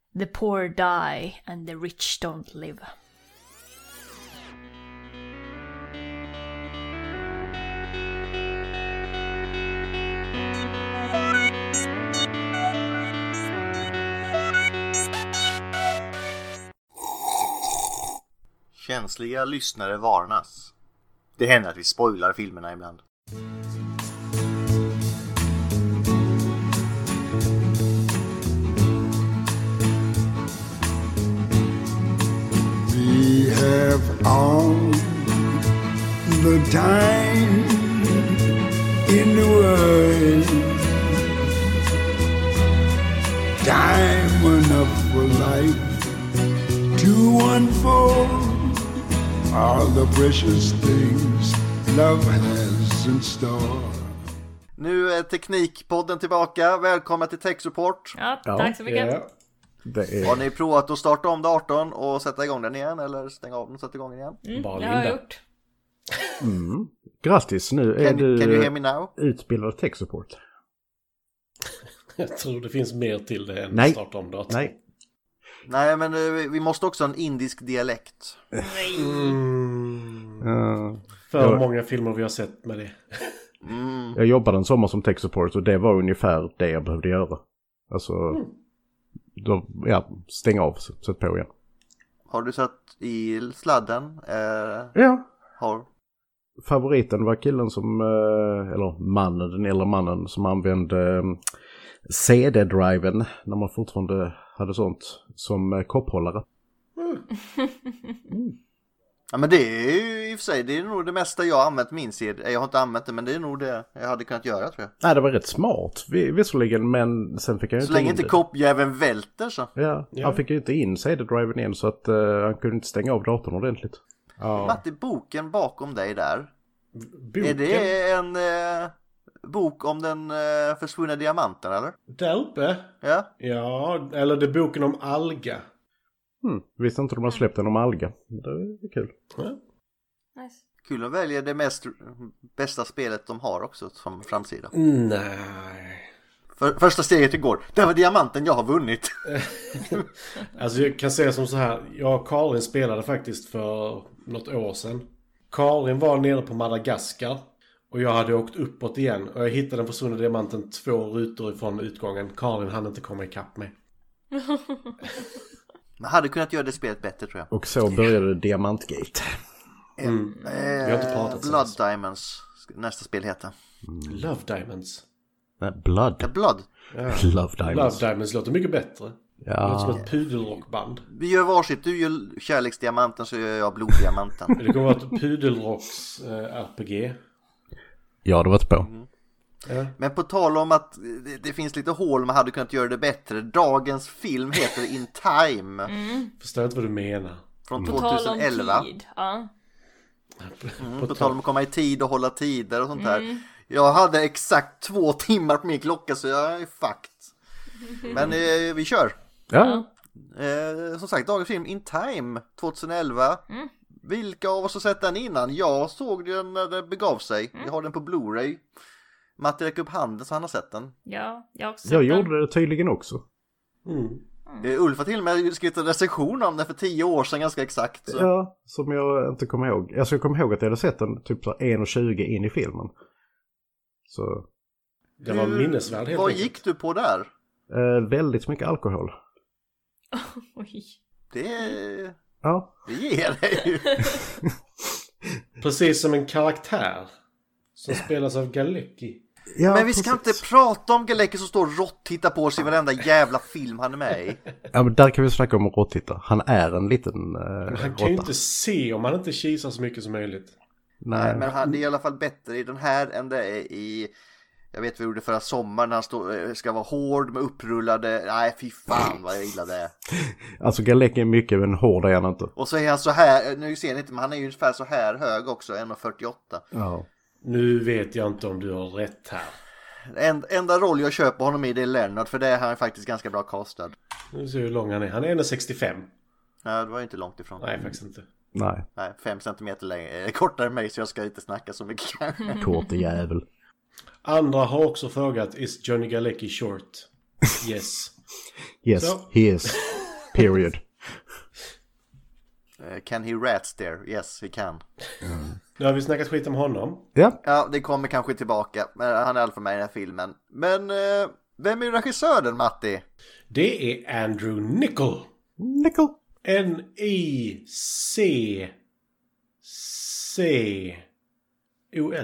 The poor die and the rich don't live. Känsliga lyssnare varnas. Det händer att vi spoilar filmerna ibland. We have all the time in the world. Time enough for life to unfold all the precious things love has in store. Nu är Teknikpodden tillbaka. Välkomna till Tech Support. Ja, tack så mycket. Ja. Har ni provat att starta om datorn och sätta igång den igen? Eller stänga av den och sätta igång den igen? Det har jag gjort. Grattis, nu är Can you hear du me now? utbildad Tech Support. Jag tror det finns mer till det än att starta om datorn. Nej, men vi måste också ha en indisk dialekt. För många filmer vi har sett med det. Jag jobbade en sommar som Tech Support och det var ungefär det jag behövde göra. Alltså, då, stäng av, sätt på igen. Har du satt i sladden? Ja. Har. Favoriten var killen som, eller mannen, den äldre mannen som använde CD-driven när man fortfarande hade sånt som kopphållare. Ja, men det är ju i och för sig, det är nog det mesta jag har använt min CD. Jag har inte använt det, men det är nog det jag hade kunnat göra, tror jag. Nej, det var rätt smart visserligen, men sen fick jag ju så länge inte koppjäveln välter så. Ja, han fick ju inte in CD-driven igen så att han kunde inte stänga av datorn ordentligt. Ja. Matti, boken bakom dig där. Boken? Är det en bok om den försvunna diamanten, eller? Där uppe? Ja. Ja, eller det är boken om alga. Visste inte de har släppt den om alga. Det är kul. Ja. Nice. Kul att välja det bästa spelet de har också som framsida. Nej. Första steget igår. Det var diamanten jag har vunnit. Alltså jag kan säga som så här. Jag och Karin spelade faktiskt för något år sedan. Karin var nere på Madagaskar. Och jag hade åkt uppåt igen. Och jag hittade den försvunna diamanten 2 rutor ifrån utgången. Karin hann inte komma ikapp mig. Man hade kunnat göra det spelet bättre, tror jag. Och så började Diamantgate. Vi har inte pratat Blood sen. Diamonds. Nästa spel heter. Love Diamonds. Nej, Blood. Ja, Blood. Ja. Love Diamonds. Love Diamonds låter mycket bättre. Det låter Ja. som ett pudelrockband. Vi gör varsitt. Du gör kärleksdiamanten så gör jag bloddiamanten. Det kommer vara ett pudelrocks RPG. Ja, det var ett på. Ja. Men på tal om att det finns lite hål man hade kunnat göra det bättre. Dagens film heter In Time. Förstår inte vad du menar. Från På tal om 2011. tid. Ja. På tal om att komma i tid och hålla tider och sånt där. Jag hade exakt 2 timmar på min klocka så jag är fucked. Men vi kör. Ja. Som sagt, dagens film In Time 2011. Vilka av oss har sett den innan? Jag såg den när det begav sig. Jag har den på Blu-ray. Matti räcker upp handen så han har sett den. Ja, jag har också Jag sett den. gjorde det tydligen också. Ulf har till och med skrivit en recension om den för 10 år sedan ganska exakt. Så. Ja, som jag inte kommer ihåg. Alltså jag kommer ihåg att jag hade sett den typ så 1:20 in i filmen. Så. Det var minnesvärd helt Vad enkelt. gick du på där? Väldigt mycket alkohol. Oj. Det ger det ju. Precis som en karaktär som spelas av Galecki. Ja, Men vi ska inte prata om Galecki som står rått tittar på sig i varenda jävla film han är med i. Ja, men där kan vi snacka om råttitta. Han är en liten Han kan råtta. ju inte se om han inte kisar så mycket som möjligt. Nej. Men han är i alla fall bättre i den här än det är i... Jag vet vad vi gjorde förra sommaren när han ska vara hård med upprullade... Nej, fy fan vad jag gillar det. Alltså Galecki är mycket, men hård är han inte. Och så är han så här... Nu ser ni inte, men han är ju ungefär så här hög också, 1,48. Ja. Nu vet jag inte om du har rätt här. Enda roll jag köper honom i det är Leonard, för det är han faktiskt ganska bra castad. Nu ser hur lång han är. Han är 1,65. Nej, det var ju inte långt ifrån. Nej, faktiskt inte. Nej, 5 centimeter längre, kortare än mig, så jag ska inte snacka så mycket kanske. kort jävel. Andra har också frågat, is Johnny Galecki short? Yes. Yes, Så. he is. Period. Can he rats there? Yes, he can. Nu har vi snackat skit om honom. Ja. Ja, det kommer kanske tillbaka. Men han är i alla fall med i den här filmen. Men vem är regissören, Matti? Det är Andrew Niccol. N-I-C-C-O-L.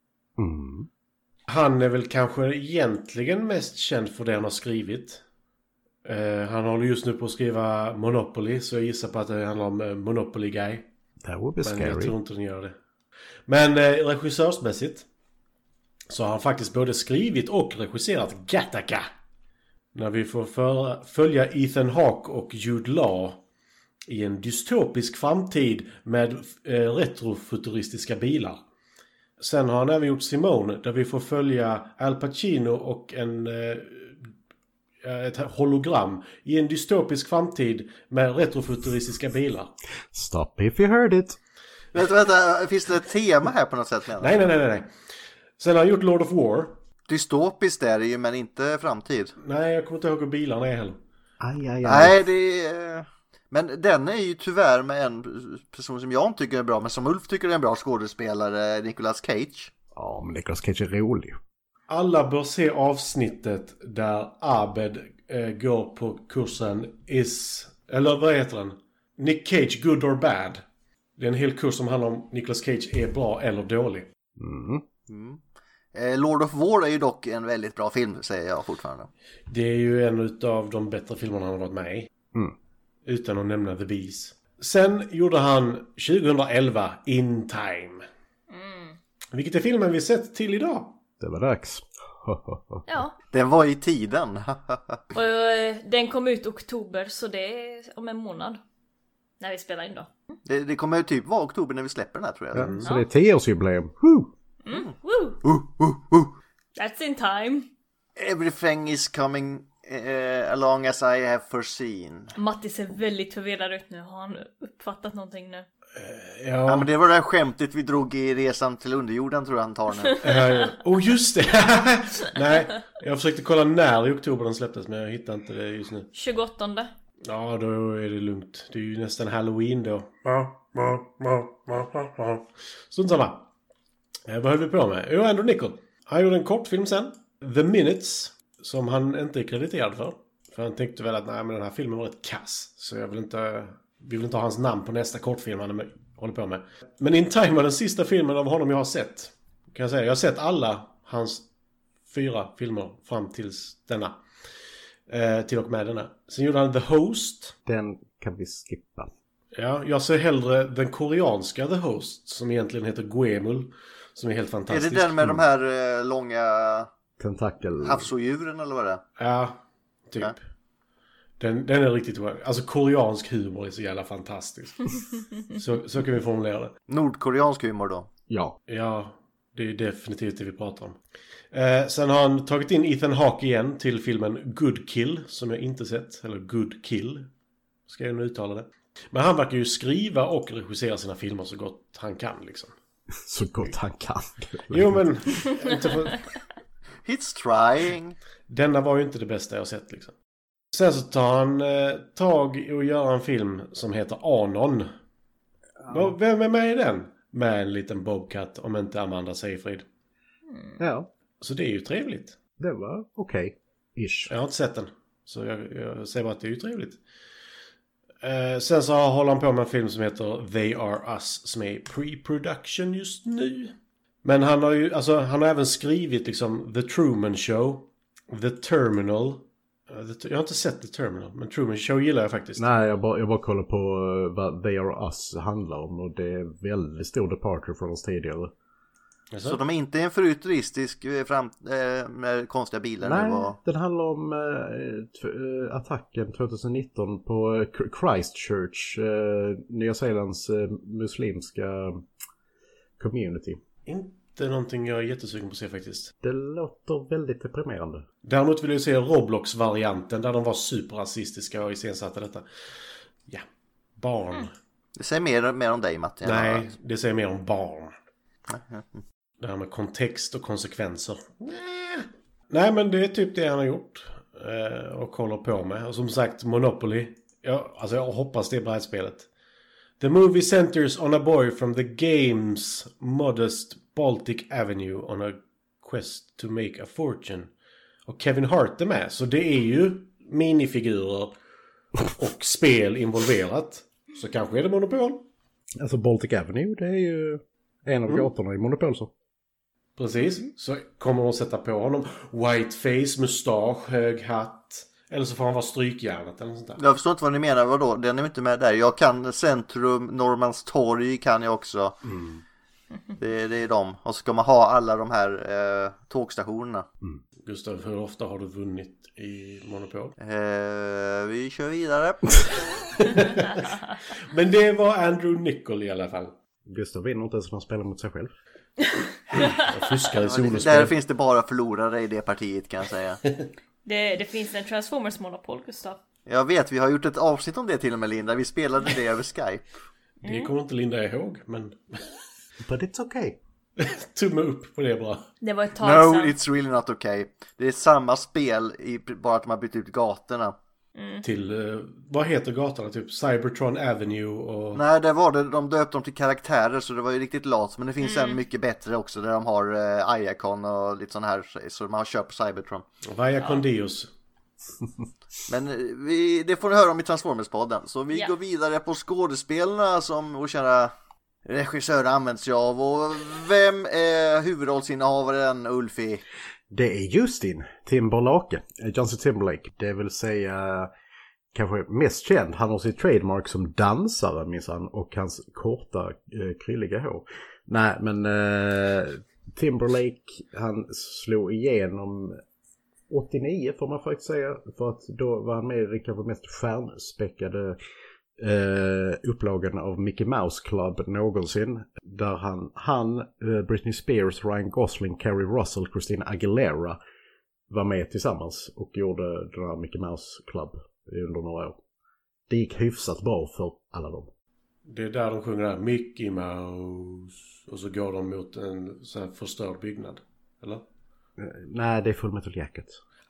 Han är väl kanske egentligen mest känd för det han har skrivit. Han håller just nu på att skriva Monopoly, så jag gissar på att det handlar om Monopoly Guy. That would be scary. Men jag tror inte den gör det. Men regissörsmässigt så har han faktiskt både skrivit och regisserat Gattaca. När vi får följa Ethan Hawke och Jude Law i en dystopisk framtid med retrofuturistiska bilar. Sen har han även gjort Simone, där vi får följa Al Pacino och ett hologram i en dystopisk framtid med retrofuturistiska bilar. Stop if you heard it. Vänta, finns det ett tema här på något sätt? Nej. Sen har han gjort Lord of War. Dystopiskt är det ju, men inte framtid. Nej, jag kommer inte ihåg hur bilarna är heller. Aj. Nej, det är... Men den är ju tyvärr med en person som jag inte tycker är bra, men som Ulf tycker är en bra skådespelare, Nicolas Cage. Ja, men Nicolas Cage är rolig. Alla bör se avsnittet där Abed går på kursen eller vad heter den? Nick Cage, Good or Bad. Det är en hel kurs som handlar om Nicolas Cage är bra eller dålig. Lord of War är ju dock en väldigt bra film, säger jag fortfarande. Det är ju en av de bättre filmerna han har varit med i. Utan att nämna The Bees. Sen gjorde han 2011 In Time. Vilket är filmen vi sett till idag. Det var dags. Ja. Den var i tiden. Och den kom ut i oktober, så det är om en månad. När vi spelar in då. Det kommer ju typ vara oktober när vi släpper den här, tror jag. Ja, så det är 10-årsjubileum. Woo! That's in time. Everything is coming along as I have foreseen. Matti ser väldigt förvirrad ut nu. Har han uppfattat någonting nu? Ja, men det var det här skämtet vi drog i resan till underjorden, tror jag han tar nu. Just det! Nej, jag försökte kolla när i oktober den släpptes, men jag hittar inte det just nu. 28. Ja, då är det lugnt. Det är ju nästan Halloween då. Sånt samma. Vad höll vi på med? Andrew Niccol. Han gjorde en kortfilm sen. The Minutes. Som han inte är krediterad för. För han tänkte väl att nej, men den här filmen var rätt kass. Så vi vill inte ha hans namn på nästa kortfilm han håller på med. Men In Time var den sista filmen av honom jag har sett. Kan jag säga. Jag har sett alla hans 4 filmer fram tills denna. Till och med denna. Sen gjorde han The Host. Den kan vi skippa. Ja, jag ser hellre den koreanska The Host. Som egentligen heter Guemul. Som är helt fantastisk. Är det den med de här långa tentakel havsodjuren eller vad det är? Ja, typ. Ja. Den är riktigt bra. Alltså koreansk humor är så jävla fantastisk. så kan vi formulera det. Nordkoreansk humor då? Ja. Ja, det är definitivt det vi pratar om. Sen har han tagit in Ethan Hawke igen till filmen Good Kill. Som jag inte sett. Eller Good Kill. Ska jag nu uttala det. Men han verkar ju skriva och regissera sina filmer så gott han kan liksom. Så gott han kan. Jo, men... It's trying. Denna var ju inte det bästa jag sett liksom. Sen så tar han tag och gör en film som heter Anon. Vem är med i den? Med en liten bobcat, om inte Amanda Seyfried. Ja. Så det är ju trevligt. Det var okej. Ish. Jag har inte sett den. Så jag säger bara att det är ju trevligt. Sen så håller han på med en film som heter They Are Us, som är pre-production just nu. Men han har även skrivit liksom The Truman Show, The Terminal. Jag har inte sett The Terminal, men Truman Show gillar jag faktiskt. Nej, jag bara kollar på vad They Are Us handlar om, och det är väldigt stor departure från oss tidigare. Så de är inte en futuristisk med konstiga bilar? Nej, den handlar om attacken 2019 på Christchurch, Nya Zeelands muslimska community. Inte någonting jag är jättesugen på att se faktiskt. Det låter väldigt deprimerande. Däremot vill jag se Roblox-varianten där de var superrasistiska och iscensatte detta. Ja, barn. Det säger mer om dig, Matti. Nej, det säger mer om barn. Det här med kontext och konsekvenser. Nej, men det är typ det han har gjort. Och håller på med. Och som sagt, Monopoly jag hoppas det är brädspelet. The movie centers on a boy from the game's modest Baltic Avenue on a quest to make a fortune. Och Kevin Hart är med, så det är ju minifigurer och spel involverat. Så kanske är det Monopol. Alltså Baltic Avenue, det är ju en av gatorna i Monopol så. Precis, så kommer de sätta på honom whiteface, mustasch, hög hatt. Eller så får han vara strykjärnet eller något sånt där. Jag förstår inte vad ni menar, vadå? Den är inte med där. Jag kan Centrum, Norrmalmstorg kan jag också. Det är de. Och så ska man ha alla de här tågstationerna. Gustav, hur ofta har du vunnit i Monopol? Vi kör vidare. Men det var Andrew Niccol i alla fall. Gustav vinner inte ens när han spelar mot sig själv. Jag fuskar i solospel. Där finns det bara förlorare i det partiet kan jag säga. Det finns en Transformers-monopol, Gustav. Jag vet, vi har gjort ett avsnitt om det till och med, Linda. Vi spelade det över Skype. Det kommer inte Linda ihåg, men... But it's okay. Tumme upp på det bara. Det var ett tag No, sedan. it's really not okay. Det är samma spel, bara att man bytt ut gatorna. Till, vad heter gatorna? Typ Cybertron Avenue och... Nej, det var det. De döpte dem till karaktärer, så det var ju riktigt lat. Men det finns en mycket bättre också, där de har Iacon och lite sån här. Så man har köpt på Cybertron. Via Condios. Men det får ni höra om i Transformers-podden. Så vi går vidare på skådespelarna som vår kära regissör använder sig av. Och vem är huvudrollsinnehavaren, Ulfi? Det är Justin Timberlake, Justin Timberlake. Det vill säga kanske mest känd. Han har sitt trademark som dansare minsann, och hans korta krylliga hår. Nej, men Timberlake, han slog igenom 89 får man faktiskt säga. För att då var han med i det kanske mest stjärnspäckade upplagan av Mickey Mouse Club någonsin. Där han Britney Spears, Ryan Gosling, Carrie Russell, Christina Aguilera var med tillsammans och gjorde den här Mickey Mouse Club under några år. Det gick hyfsat bra för alla dem. Det är där de sjunger där, Mickey Mouse. Och så går de mot en så här förstörd byggnad. Eller? Nej, det är Full Metal Jacket.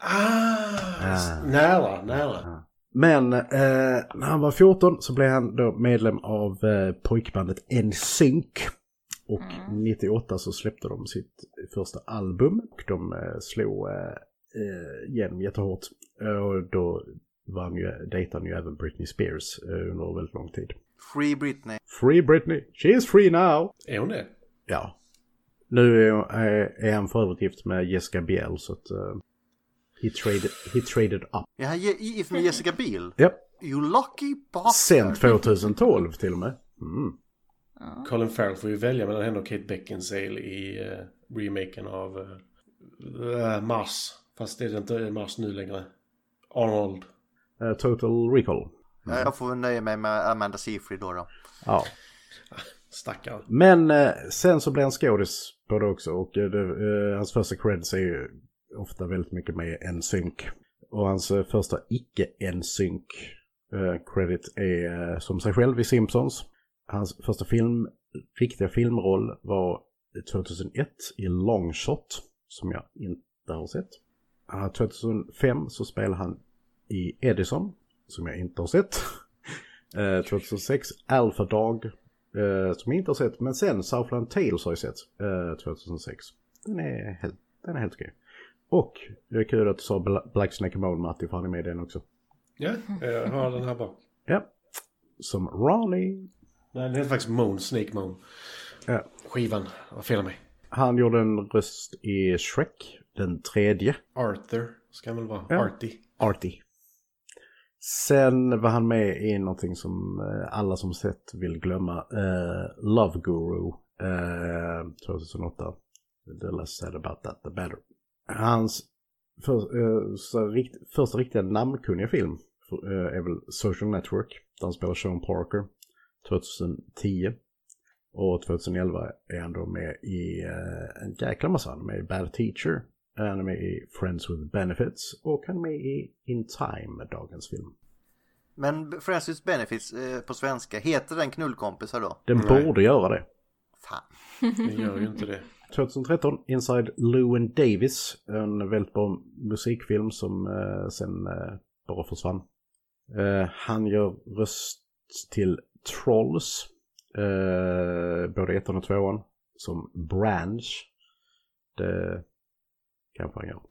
Nära. Men när han var 14 så blev han då medlem av pojkbandet NSYNC. Och 98 så släppte de sitt första album. Och de slog igenom jättehårt. Och då dejtade ju även Britney Spears under väldigt lång tid. Free Britney. Free Britney. She is free now. Är hon det? Ja. Nu är han för övrigt gift med Jessica Biel, så att he traded up. Ja, han är gift med Jessica Biel. Yep. You lucky bastard. Sen 2012 till och med. Colin Farrell får ju välja mellan henne och Kate Beckinsale i remaken av Mars. Fast det är inte Mars nu längre. Arnold. Total Recall. Jag får nöja mig med Amanda Seyfried då. Ja. Stackare. Men sen så blev han skådis på det också. Och hans första credits är ju ofta väldigt mycket med NSYNC. Och hans första icke-NSYNC credit är som sig själv i Simpsons. Hans första riktiga filmroll var 2001 i Long Shot, som jag inte har sett. 2005 så spelade han i Edison, som jag inte har sett. 2006 Alpha Dog, som jag inte har sett. Men sen Southland Tales har jag sett 2006. Den är helt okej. Och det är kul att du sa Black Snake Moan, Matti, för han är med i den också. Ja, jag har den här bak. Ja, som Ronnie. Nej, den heter faktiskt Moan, Snake Moan. Ja. Skivan, vad fel mig. Han gjorde en röst i Shrek, den tredje. Arthur, ska väl vara. Ja. Artie. Sen var han med i någonting som alla som sett vill glömma. Love Guru 2008. The less said about that, the better. Hans första riktiga namnkunniga film är väl Social Network, där han spelar Sean Parker 2010. Och 2011 är han då med i en jäkla massa. Han är med i Bad Teacher, han är med i Friends with Benefits och han är med i In Time, dagens film. Men Friends with Benefits på svenska, heter den Knullkompisar då? Den borde göra det. Fan. Den gör ju inte det. 2013, Inside Llewyn Davis, en väldigt bra musikfilm som sen bara försvann. Han gör röst till Trolls. Både 1 och 2 som Branch. Det kanske han gör.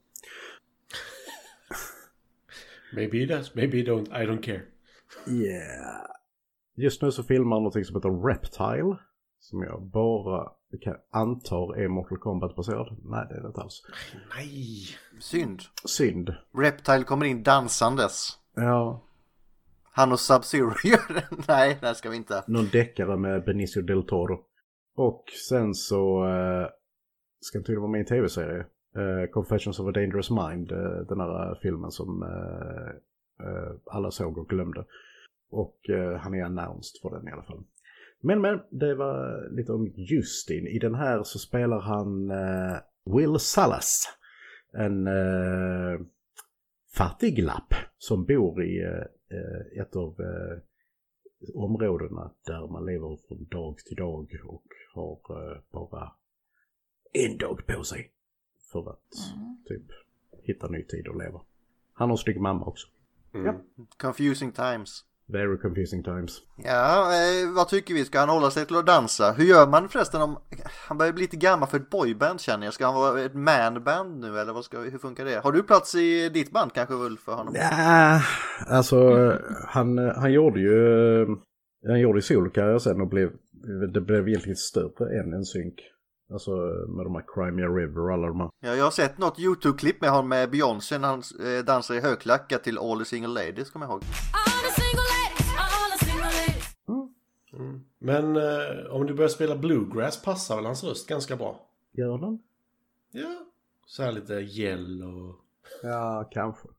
Maybe he does, maybe he don't, I don't care. Yeah. Just nu så filmar han något som heter Reptile. Som jag bara antar är Mortal Kombat-baserad. Nej, det är det inte alls. Nej. Synd. Reptile kommer in dansandes. Ja. Han och Sub-Zero gör det. Nej, det ska vi inte. Någon deckare med Benicio del Toro. Och sen så ska han tydligen vara med i en tv-serie. Confessions of a Dangerous Mind. Den här filmen som alla såg och glömde. Och han är announced för den i alla fall. Men det var lite om Justin. I den här så spelar han Will Salas. En fattiglapp som bor i ett av områdena där man lever från dag till dag och har bara en dag på sig för att typ hitta ny tid att leva. Han har en snygg mamma också. Ja. Confusing times. Very confusing times. Ja, vad tycker vi? Ska han hålla sig till att dansa? Hur gör man förresten om han börjar bli lite gammal för ett boyband, känner jag? Ska han vara ett manband nu eller hur funkar det? Har du plats i ditt band kanske, Ulf, för honom? Ja, alltså han gjorde ju solokarriär sen och det blev egentligen större än en synk. Alltså med de här Crimea River och alla de här. Ja, jag har sett något YouTube-klipp med honom med Beyoncé när han dansar i högklackat till All the Single Ladies, kommer jag ihåg. Men om du börjar spela bluegrass passar väl hans röst ganska bra? Gör den? Ja, så här lite gäll och... Ja, kanske.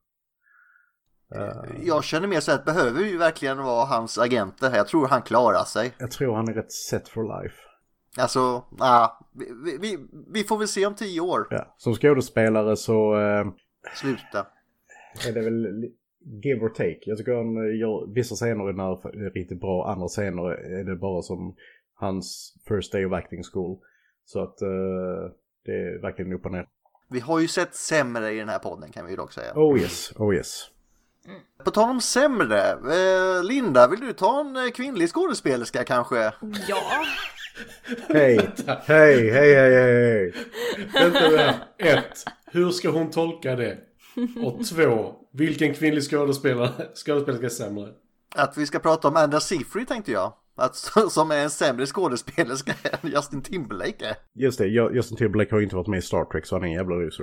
Jag känner mer så att behöver ju verkligen vara hans agenter här. Jag tror han klarar sig. Jag tror han är rätt set for life. Alltså, vi får väl se om 10 år. Ja, som skådespelare så... Sluta. Är det väl give or take. Jag tycker han gör vissa scener är riktigt bra. Andra scener är det bara som hans first day of acting school. Så att det är verkligen upp och ner. Vi har ju sett sämre i den här podden, kan vi ju dock säga. Oh yes. På tal om sämre, Linda, vill du ta en kvinnlig skådespelerska kanske? Ja. Hej. Vänta där. 1. Hur ska hon tolka det? Och 2. Vilken kvinnlig skådespelerska är sämre? Att vi ska prata om Amanda Seyfried, tänkte jag. Som är en sämre skådespelerska än Justin Timberlake är. Just det, Justin Timberlake har ju inte varit med i Star Trek, så han är en jävla loser.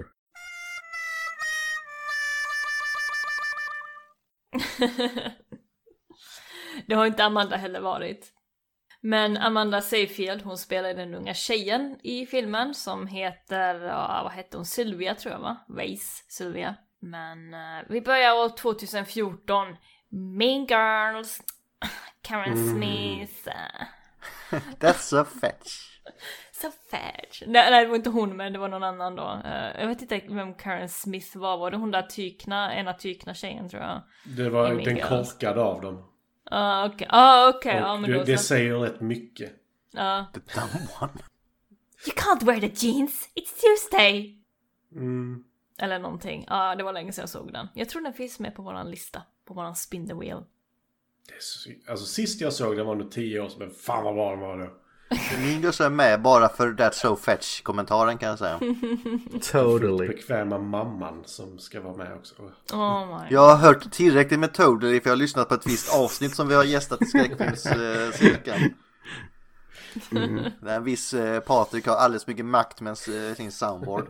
Det har inte Amanda heller varit. Men Amanda Seyfried, hon spelar den unga tjejen i filmen som heter, vad hette hon? Sylvia tror jag, va? Sylvia. Men vi börjar år 2014. Mean Girls. Karen Smith. That's a fetch. So fetch. Nej, det var inte hon, men det var någon annan då. Jag vet inte vem Karen Smith var. Var det hon där ena tykna tjejen, tror jag? Det var den korkade av dem. Okej. Ja, men det säger rätt mycket. The dumb one. You can't wear the jeans. It's Tuesday. Eller någonting. Ja, det var länge sedan jag såg den. Jag tror den finns med på våran lista. På våran spin the wheel. Alltså sist jag såg den var nog 10 år sedan. Men fan vad bra den var då. Mingo är med bara för That's So Fetch-kommentaren, kan jag säga. Totally. Bekväma mamman som ska vara med också. Jag har hört tillräckligt med Totally för jag har lyssnat på ett visst avsnitt som vi har gästat i skräckfilmscirkeln. Där en viss Patrik har alldeles mycket makt med sin soundboard.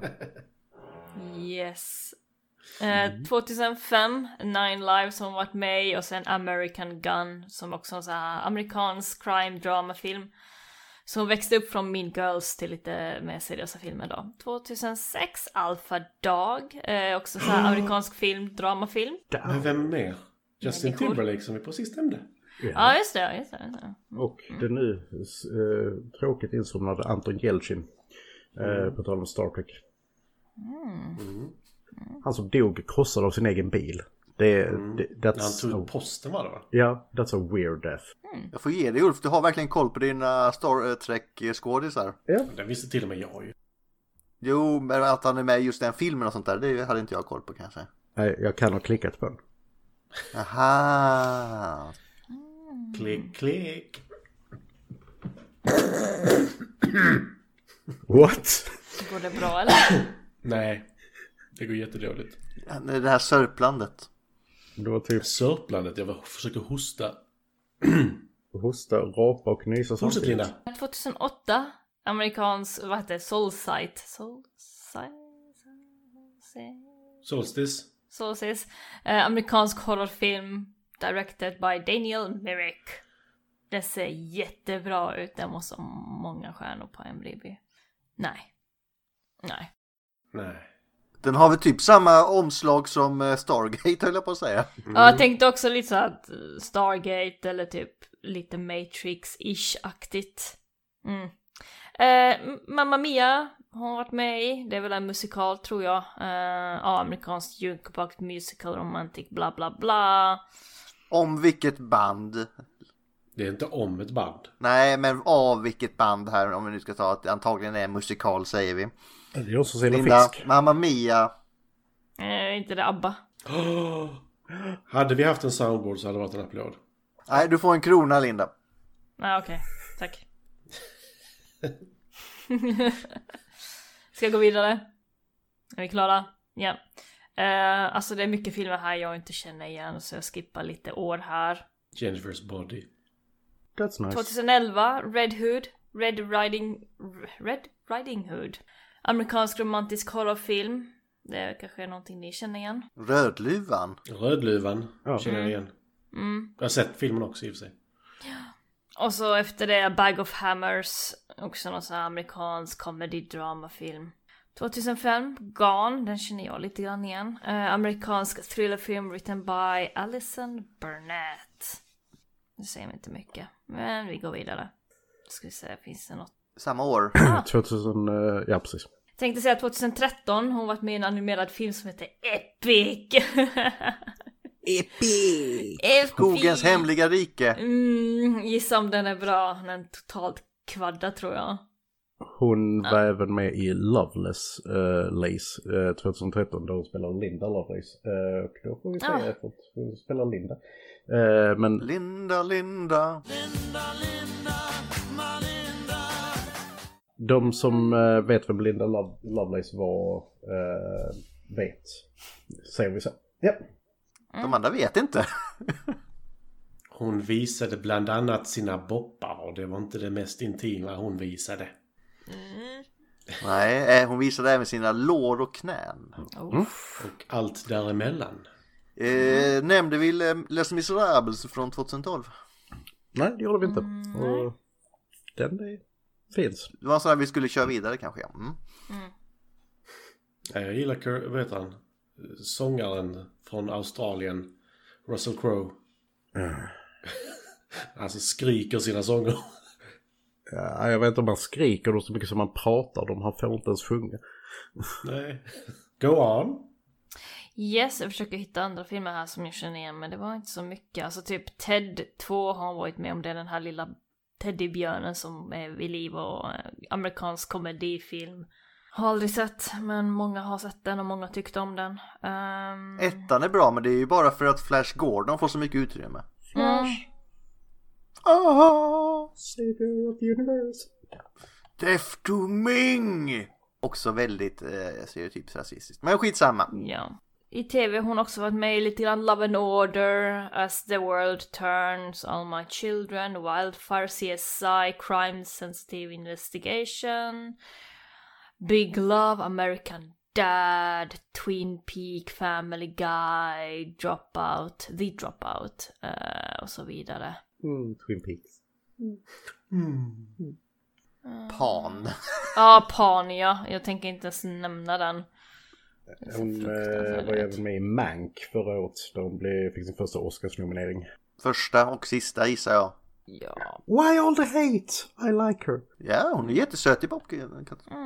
Yes. 2005 Nine Lives som varit med i, och sen American Gun som också är en sån här amerikansk crime drama film. Så hon växte upp från Mean Girls till lite mer seriösa filmer då. 2006 Alpha Dog, också så här amerikansk film, dramafilm. Men vem mer? Justin Timberlake som vi precis nämnde. Ja, just det. Och det nu tråkigt insomnade Anton Yelchin på tal om Star Trek. Han som dog krossad av sin egen bil. Han tog posten, var det, va? Ja, that's a weird death. Jag får ge dig, Ulf, du har verkligen koll på dina Star Trek-skådisar. Ja. Det visste till och med jag ju. Jo, men att han är med i just den filmen och sånt där, det hade inte jag koll på kanske. Nej, jag kan ha klickat på den. Aha. Klick, klick. What? Går det bra eller? Nej, det går jättedåligt. Det här sörplandet. Det var typ Sörplandet, jag försöker hosta. hosta, rapa och nysa Fortsätt samtidigt. Linda. 2008, amerikansk, vad heter det? Soulsite. Solstice. Amerikansk horrorfilm directed by Daniel Myrick. Det ser jättebra ut. Den måste ha många stjärnor på IMDb. Nej. Den har väl typ samma omslag som Stargate, höll jag på att säga. Ja, jag tänkte också lite så att Stargate eller typ lite Matrix-ish-aktigt. Mamma Mia har varit med i. Det är väl en musikal tror jag. Amerikansk jukebox musical romantic bla bla bla. Om vilket band? Det är inte om ett band. Nej, men av vilket band här, om vi nu ska ta att antagligen är musikal, säger vi. Det är också Sina Linda, Fisk. Mamma Mia. Inte det ABBA. Hade vi haft en soundboard så hade det varit en applåd. Nej, du får en krona, Linda. Nej, okej. Tack. Ska jag gå vidare? Är vi klara? Ja. Alltså det är mycket filmer här jag inte känner igen, så jag skippar lite år här. Jennifer's Body. That's nice. 2011, Red Riding Hood. Amerikansk romantisk horrorfilm. Det kanske är någonting ni känner igen. Rödluvan. Ja. Känner jag igen. Jag har sett filmen också i och för sig. Och så efter det Bag of Hammers. Också någon sån här amerikansk comedy-dramafilm. 2005, Gone. Den känner jag lite grann igen. Amerikansk thrillerfilm written by Alison Burnett. Det säger mig inte mycket. Men vi går vidare. Ska vi se, finns det något? Samma år. 2000, ja precis. Tänkte säga 2013, hon varit med i en animerad film som heter Epic. Epic. Skogens hemliga rike. Gissa om den är bra. Den är totalt kvadda tror jag. Hon var även med i Loveless Lace 2013 då hon spelar Linda Lovelace. Och då får vi se att hon spelar Linda. Men Linda. de som vet vem Linda Lovelace var vet. Säger vi så. Ja. De andra vet inte. Hon visade bland annat sina boppar och det var inte det mest intima hon visade. Nej, hon visade även sina lår och knän. Och allt däremellan. Nämnde vi Les Miserables från 2012? Nej, det gjorde vi inte. Och den finns. Det var så att vi skulle köra vidare kanske. Jag gillar, vet han, sångaren från Australien, Russell Crowe. Alltså skriker sina sånger. Ja, jag vet inte om man skriker då så mycket som man pratar. De får inte ens sjunga. Nej. Go on. Yes, jag försöker hitta andra filmer här som jag känner igen, men det var inte så mycket. Alltså typ Ted 2 har varit med om det, den här lilla teddybjörnen som är vid liv och amerikansk komedifilm. Har aldrig sett, men många har sett den och många tyckte om den. Ettan är bra, men det är ju bara för att Flash Gordon får så mycket utrymme. Savior of the universe. Death to Ming! Också väldigt stereotypiskt rasistiskt. Men skitsamma. Ja. I tv hon också varit med i lite grann Love and Order, As the World Turns, All My Children, Wildfire, CSI, Crime Sensitive Investigation, Big Love, American Dad, Twin Peak, Family Guy, Dropout, The Dropout och så vidare. Twin Peaks. Pan. Ja, Pan, ja. Jag tänker inte ens nämna den. Hon var även med i Mank förra året då hon fick sin första Oscarsnominering. Första och sista gissar jag. Ja. Why all the hate? I like her. Ja, hon är jättesöt i bocken.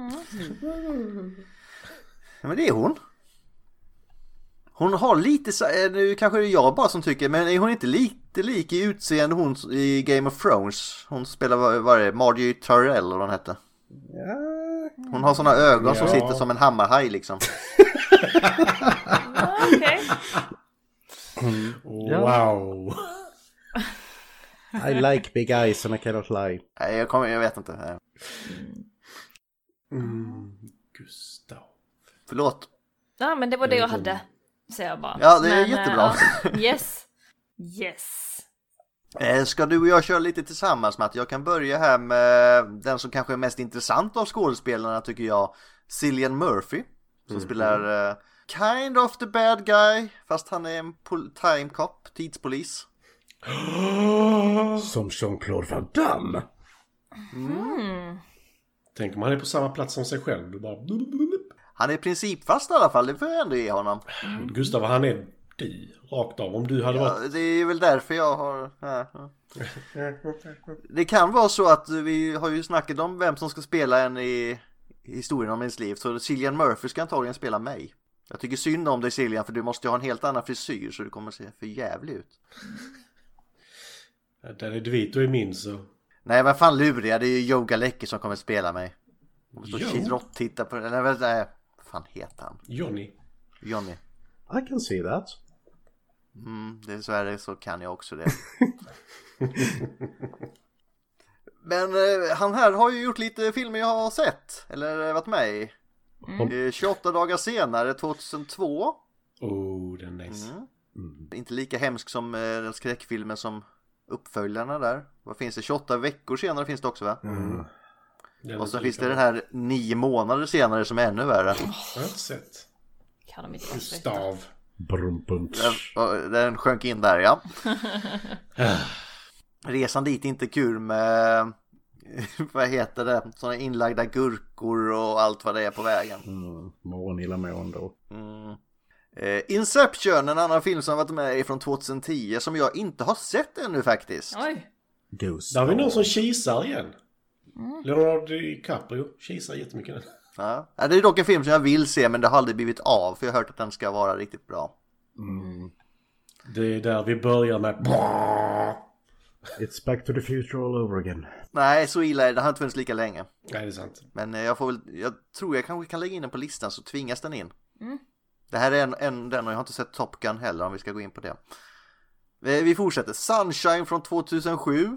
Men det är hon. Hon har lite, nu kanske det är jag bara som tycker, men är hon inte lite lik i utseende hon i Game of Thrones? Hon spelar, vad är det, Marjorie Tyrell eller vad hon hette. Ja. Hon har såna ögon som sitter som en hammarhaj liksom. Okej. Wow. I like big eyes and I cannot lie. Nej, jag vet inte. Gustav. Förlåt. Ja, men det var det jag hade, säger jag bara. Ja, det är jättebra. Yes. Ska du och jag köra lite tillsammans, Matt? Jag kan börja här med den som kanske är mest intressant av skådespelarna, tycker jag. Cillian Murphy. Som spelar kind of the bad guy. Fast han är en time cop, tidspolis. Som Jean-Claude Van Damme. Tänk om han är på samma plats som sig själv. Du bara... Han är principfast i alla fall, det får jag ändå ge honom. Gustav, han är dig rakt av. Om du hade varit... Det är väl därför jag har... Det kan vara så att vi har ju snackat om vem som ska spela en i historien om ens liv. Så Cillian Murphy ska antagligen spela mig. Jag tycker synd om dig, Cillian, för du måste ha en helt annan frisyr så du kommer att se för jävlig ut. Där är DeVito i min så... Nej, vad fan lurar jag? Det är ju Joe Galecki som kommer att spela mig. Jag måste titta på det. Nej, vad fan heter han? Johnny. I can see that. Dessvärre så kan jag också det. Men han här har ju gjort lite filmer jag har sett. Eller varit med i. 28 dagar senare, 2002. Den är nice. Inte lika hemsk som den skräckfilmen som uppföljarna där. Vad finns det? 28 veckor senare finns det också, va? Och så finns det den här 9 månader senare som är ännu värre. Jag har inte sett. Kan de inte Gustav. Den sjönk in där, ja. Resan dit är inte kul med vad heter det? Såna inlagda gurkor och allt vad det är på vägen. Morgonillamående. Inception, en annan film som har varit med från 2010 som jag inte har sett ännu faktiskt. Oj. Där har vi någon som kisar igen. Leonardo DiCaprio kisar jättemycket nu. Ja, det är dock en film som jag vill se, men det har aldrig blivit av, för jag har hört att den ska vara riktigt bra. Det är där vi börjar med... It's back to the future all over again. Nej, så illa är det. Det har inte funnits lika länge. Nej, det är sant. Men jag tror jag kanske kan lägga in den på listan, så tvingas den in. Det här är den, och jag har inte sett Top Gun heller, om vi ska gå in på det. Vi fortsätter. Sunshine från 2007.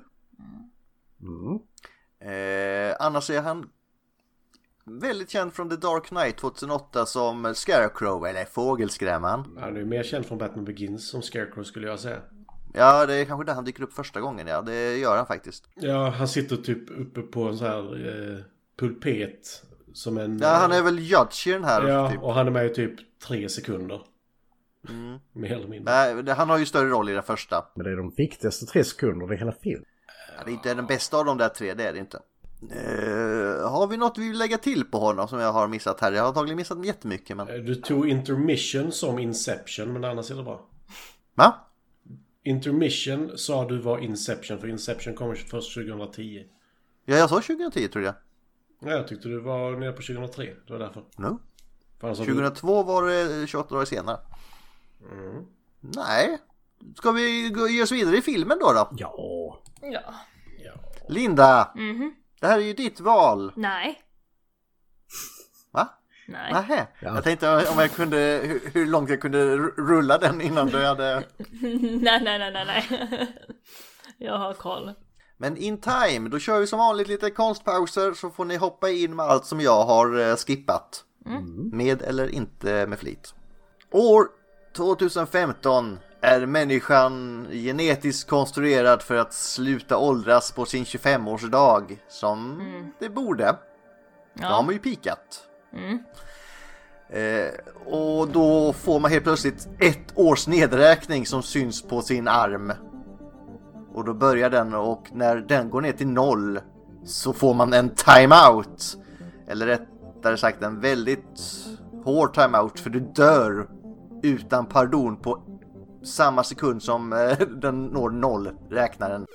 Annars är han väldigt känd från The Dark Knight 2008 som Scarecrow, eller Fågelskrämman. Han är ju mer känd från Batman Begins som Scarecrow, skulle jag säga. Ja, det är kanske där han dyker upp första gången, ja. Det gör han faktiskt. Ja, han sitter typ uppe på en sån här pulpet som en... Ja, han är väl judge i den här. Ja, typ. och han är med i typ 3 sekunder. Mer eller mindre. Nej, han har ju större roll i den första. Men det är de viktigaste 3 sekunderna i hela filmen. Ja, det är inte den bästa av de där 3, det är det inte. Har vi något vi vill lägga till på honom som jag har missat här? Jag har antagligen missat jättemycket, men... Du tog Intermission som Inception, men annars är det bra. Va? Intermission sa du var Inception, för Inception kommer först 2010. Ja, jag sa 2010 tror jag. Ja, jag tyckte du var nere på 2003, det var därför. No. 2002 var det 28 år senare. Nej. Ska vi ge oss vidare i filmen då? Ja. Linda, det här är ju ditt val. Nej. Va? Nej. Nähä. Jag tänkte om jag kunde, hur långt jag kunde rulla den innan du hade... Nej. Jag har koll. Men in time, då kör vi som vanligt lite konstpauser, så får ni hoppa in med allt som jag har skippat. Med eller inte med flit. År 2015 är människan genetiskt konstruerad för att sluta åldras på sin 25-årsdag, som det borde. Då har man ju pikat. Och då får man helt plötsligt 1 års nedräkning som syns på sin arm. Och då börjar den, och när den går ner till 0 så får man en timeout. Eller rättare sagt en väldigt hård timeout, för du dör utan pardon på samma sekund som den når 0, räknaren.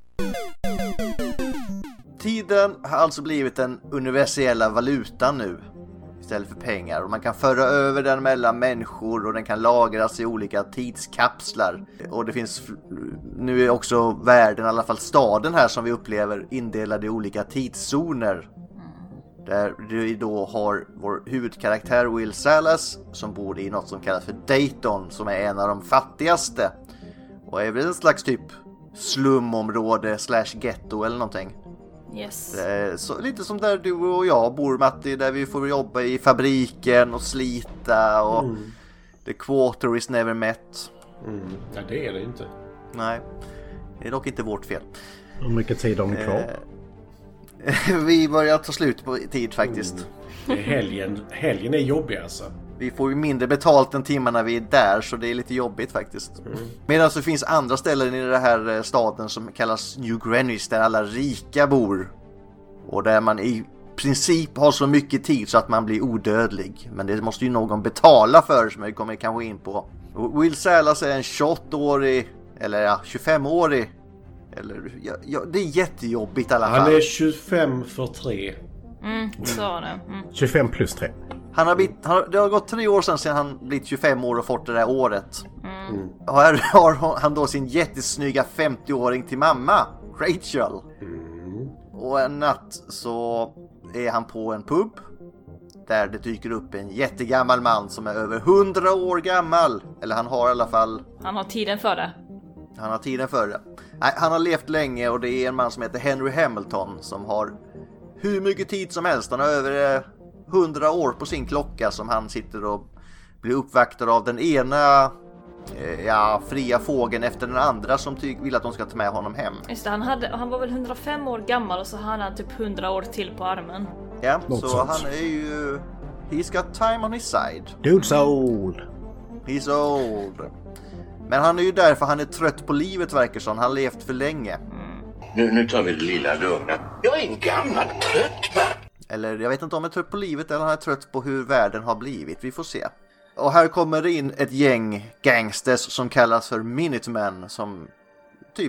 Tiden har alltså blivit den universella valutan nu istället för pengar, och man kan föra över den mellan människor, och den kan lagras i olika tidskapslar. Och det finns nu är också världen, i alla fall staden här som vi upplever, indelad i olika tidszoner. Där du då har vår huvudkaraktär Will Salas som bor i något som kallas för Dayton, som är en av de fattigaste. Och är väl en slags typ slumområde / ghetto eller någonting. Yes. Så, lite som där du och jag bor, Matti, där vi får jobba i fabriken och slita och the quarter is never met. Ja, det är det inte. Nej, det är dock inte vårt fel. Hur mycket tid har ni kvar? Vi börjar ta slut på tid faktiskt. Helgen är jobbig alltså. Vi får ju mindre betalt än timmarna vi är där, så det är lite jobbigt faktiskt. Medan det finns andra ställen i den här staden som kallas New Greenwich, där alla rika bor. Och där man i princip har så mycket tid så att man blir odödlig. Men det måste ju någon betala för, som vi kommer kanske in på. Och Will Salas är en 28-årig, eller 25-årig. Eller, det är jättejobbigt i alla fall. Han är 25 för 3. Så var det. 25 plus 3. Det har gått 3 år sedan han blivit 25 år och fått det där året. Och här har han då sin jättesnygga 50-åring till mamma, Rachel. Och en natt så är han på en pub där det dyker upp en jättegammal man som är över 100 år gammal. Eller han har i alla fall... Han har tiden för det. Han har tiden för det. Nej, han har levt länge och det är en man som heter Henry Hamilton som har hur mycket tid som helst. Han har över 100 år på sin klocka som han sitter och blir uppvaktad av den ena fria fågeln efter den andra som vill att de ska ta med honom hem. Just det, han var väl 105 år gammal och så hade han typ 100 år till på armen. Ja, så han är ju... He's got time on his side. Dude's old. He's old. Men han är ju där för han är trött på livet, verkar som. Han har levt för länge. Nu tar vi det lilla lugna. Jag är en gammal trött man. Eller jag vet inte om han är trött på livet eller han är trött på hur världen har blivit. Vi får se. Och här kommer det in ett gäng gangsters som kallas för Minutemen. Som typ...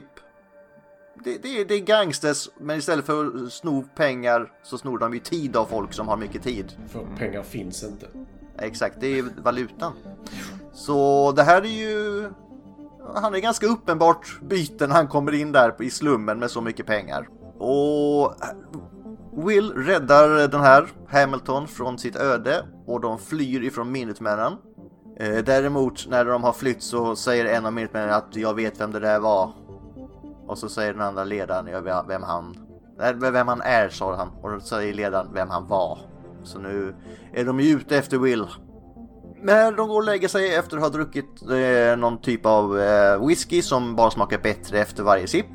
Det är gangsters, men istället för att sno pengar så snor de ju tid av folk som har mycket tid. För pengar finns inte. Exakt, det är valutan. Så det här är ju... Han är ganska uppenbart byten när han kommer in där i slummen med så mycket pengar. Och Will räddar den här Hamilton från sitt öde och de flyr ifrån Minutemännen. Däremot när de har flytt så säger en av Minutemännen att jag vet vem det där var. Och så säger den andra ledaren vem han är, sa han. Och då säger ledaren vem han var. Så nu är de ju ute efter Will. Men de går och lägger sig efter att ha druckit någon typ av whisky som bara smakar bättre efter varje sipp.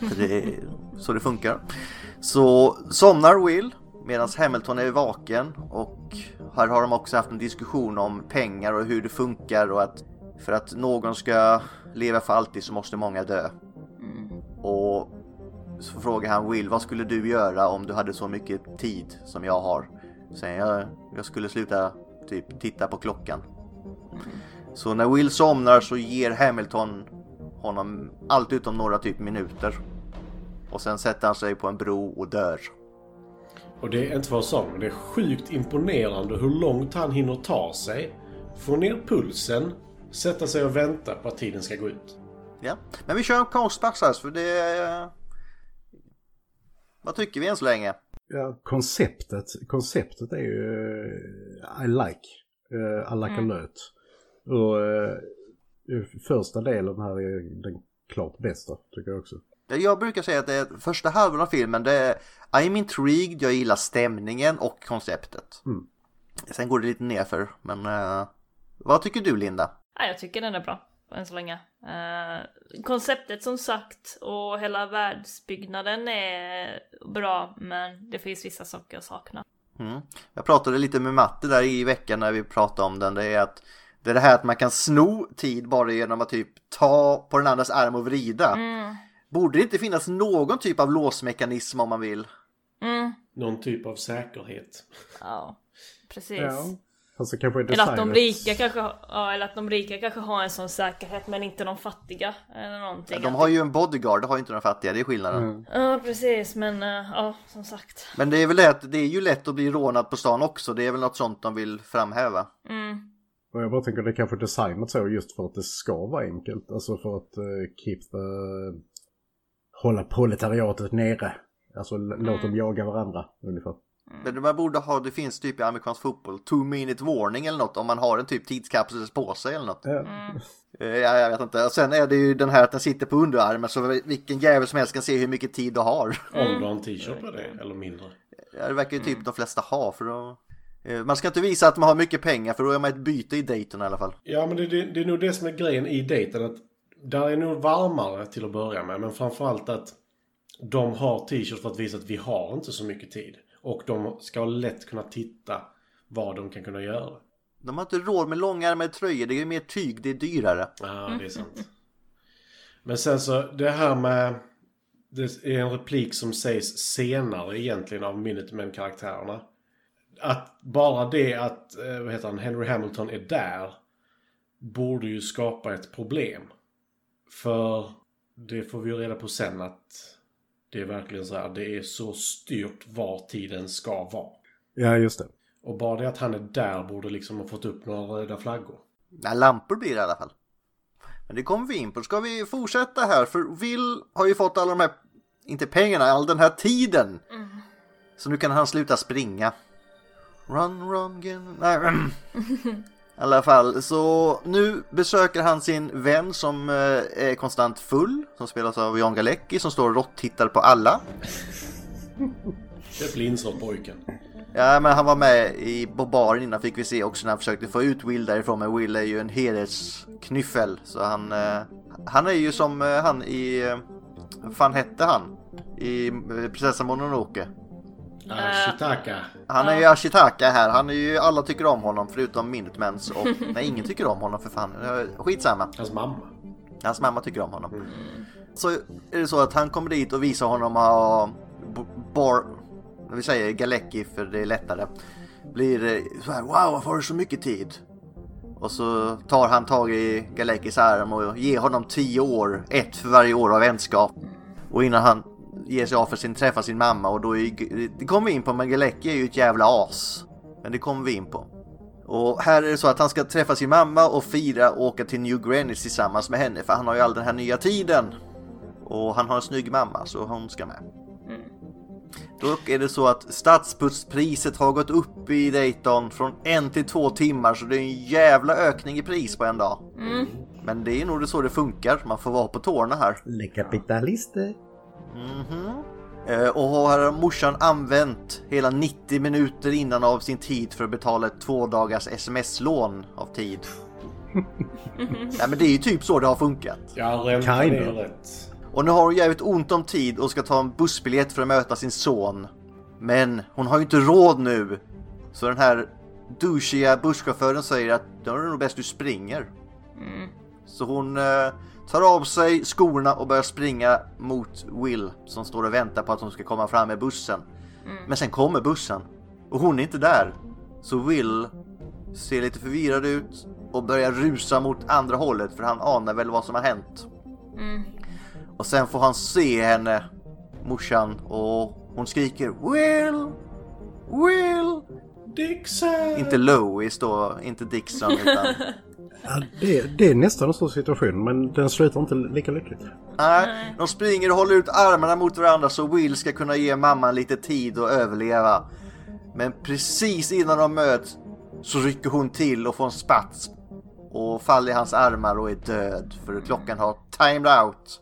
Så det funkar. Så somnar Will medan Hamilton är vaken. Och här har de också haft en diskussion om pengar och hur det funkar. Och att för att någon ska leva för alltid så måste många dö. Och så frågar han Will, vad skulle du göra om du hade så mycket tid som jag har? Säger jag skulle sluta typ titta på klockan. Så när Will somnar så ger Hamilton honom allt utom några typ minuter. Och sen sätter han sig på en bro och dör. Och det är inte vad jag sa, men det är sjukt imponerande hur långt han hinner ta sig. Få ner pulsen, sätta sig och vänta på att tiden ska gå ut. Ja, men vi kör en Ghostbusters för det... Vad tycker vi än så länge? Ja, konceptet är ju I like. I like alert. Och första delen här är den klart bästa, tycker jag också. Jag brukar säga att det är första halvan av filmen, det är I'm intrigued, jag gillar stämningen och konceptet. Sen går det lite nerför, men vad tycker du, Linda? Ja, jag tycker den är bra än så länge. Konceptet som sagt och hela världsbyggnaden är bra, men det finns vissa saker jag saknar. Jag pratade lite med Matti där i veckan när vi pratade om den. Det är att det är det här att man kan sno tid bara genom att typ ta på den andras arm och vrida. Borde det inte finnas någon typ av låsmekanism om man vill? Någon typ av säkerhet. Ja, precis. Ja. Alltså, kanske eller att de rika kanske har en sån säkerhet men inte de fattiga eller någonting. De har ju en bodyguard, det har ju inte de fattiga, det är skillnaden. Ja, precis, men som sagt. Men det är väl det att det är ju lätt att bli rånad på stan också, det är väl något sånt de vill framhäva. Och jag bara tänker att det kanske är designat så just för att det ska vara enkelt. Alltså för att hålla proletariatet nere. Alltså låt dem jaga varandra ungefär. Men man borde ha, det finns typ i amerikansk fotboll 2-minute warning eller något om man har en typ tidskapsel på sig eller något. Jag vet inte. Och sen är det ju den här att den sitter på underarmen så vilken jävel som helst kan se hur mycket tid du har. Om du har en t-shirt på det, eller mindre. Ja, det verkar ju typ de flesta ha för då... Man ska inte visa att man har mycket pengar för då är man ett byte i dejten i alla fall. Ja, men det är nog det som är grejen i dejten. Att där är nog varmare till att börja med. Men framförallt att de har t-shirts för att visa att vi har inte så mycket tid. Och de ska lätt kunna titta vad de kan kunna göra. De har inte råd med långärmade tröjor. Det är ju mer tyg, det är dyrare. Ja, det är sant. Men sen så, det här med... Det är en replik som sägs senare egentligen av Minutemen-karaktärerna. Att bara det att Henry Hamilton är där borde ju skapa ett problem. För det får vi ju reda på sen att det är verkligen så här, det är så styrt var tiden ska vara. Ja, just det. Och bara det att han är där borde liksom ha fått upp några röda flaggor. Nej, lampor blir det i alla fall. Men det kommer vi in på. Ska vi fortsätta här? För Will har ju fått alla de här, inte pengarna, all den här tiden. Så nu kan han sluta springa. Run, nej. I alla fall, så nu besöker han sin vän som är konstant full. Som spelas av John Galecki som står och rått-tittar på alla. Det blir insåg pojken. Ja, men han var med på baren innan fick vi se också när han försökte få ut Will därifrån. Men Will är ju en helhetsknyffel. Så han är ju som han i... Vad fan hette han? I Prinsessan Mononoke. Ashitaka. Han är ju Ashitaka här. Han är ju, alla tycker om honom förutom Minutemens. Och nej, ingen tycker om honom för fan. Skitsamma. Hans mamma tycker om honom. Så är det så att han kommer dit och visar honom vi säger Galecki för det är lättare. Blir så här, wow, varför har du så mycket tid? Och så tar han tag i Galeckis arm och ger honom 10 år, ett för varje år av vänskap. Och innan han ger sig av för sin träffa sin mamma och då det kommer vi in på, men Galecki är ju ett jävla as. Men det kommer vi in på. Och här är det så att han ska träffa sin mamma och fira och åka till New Greenwich tillsammans med henne, för han har ju all den här nya tiden. Och han har en snygg mamma så hon ska med. Dock är det så att stadsputspriset har gått upp i Dayton från 1 till 2 timmar, så det är en jävla ökning i pris på en dag. Men det är nog så det funkar, man får vara på tårna här. Le kapitalister. Och har morsan använt hela 90 minuter innan av sin tid för att betala ett 2 dagars sms-lån av tid. Ja, men det är ju typ så det har funkat. Ja, räntan är ju rätt. Och nu har hon jävligt ont om tid och ska ta en bussbiljett för att möta sin son. Men hon har ju inte råd nu. Så den här douchiga busschauffören säger att då är det nog bäst du springer. Så hon tar av sig skorna och börjar springa mot Will som står och väntar på att hon ska komma fram med bussen. Men sen kommer bussen och hon är inte där. Så Will ser lite förvirrad ut och börjar rusa mot andra hållet, för han anar väl vad som har hänt. Och sen får han se henne, morsan, och hon skriker Will Dixon! Inte Lois då, inte Dixon utan... Ja, det är nästan en sån situation, men den slutar inte lika lyckligt. Nej, de springer och håller ut armarna mot varandra så Will ska kunna ge mamman lite tid att överleva. Men precis innan de möts så rycker hon till och får en spats och faller i hans armar och är död, för klockan har timed out.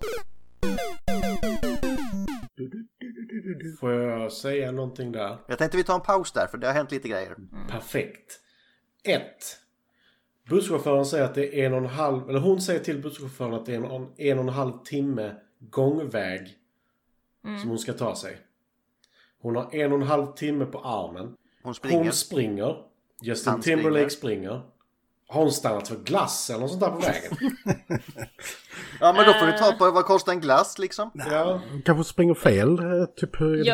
Får jag säga någonting där? Jag tänkte vi tar en paus där, för det har hänt lite grejer. Perfekt. 1. Busschauffören säger att det är 1,5, eller hon säger till busschauffören att det är 1,5 timme gångväg som hon ska ta sig. Hon har 1,5 timme på armen. Hon springer. Justin Timberlake springer. Har hon stannat för glass eller något sånt där på vägen? Ja, men då får du ta på vad kostar en glass liksom. Ja. Kanske springer fel. Typ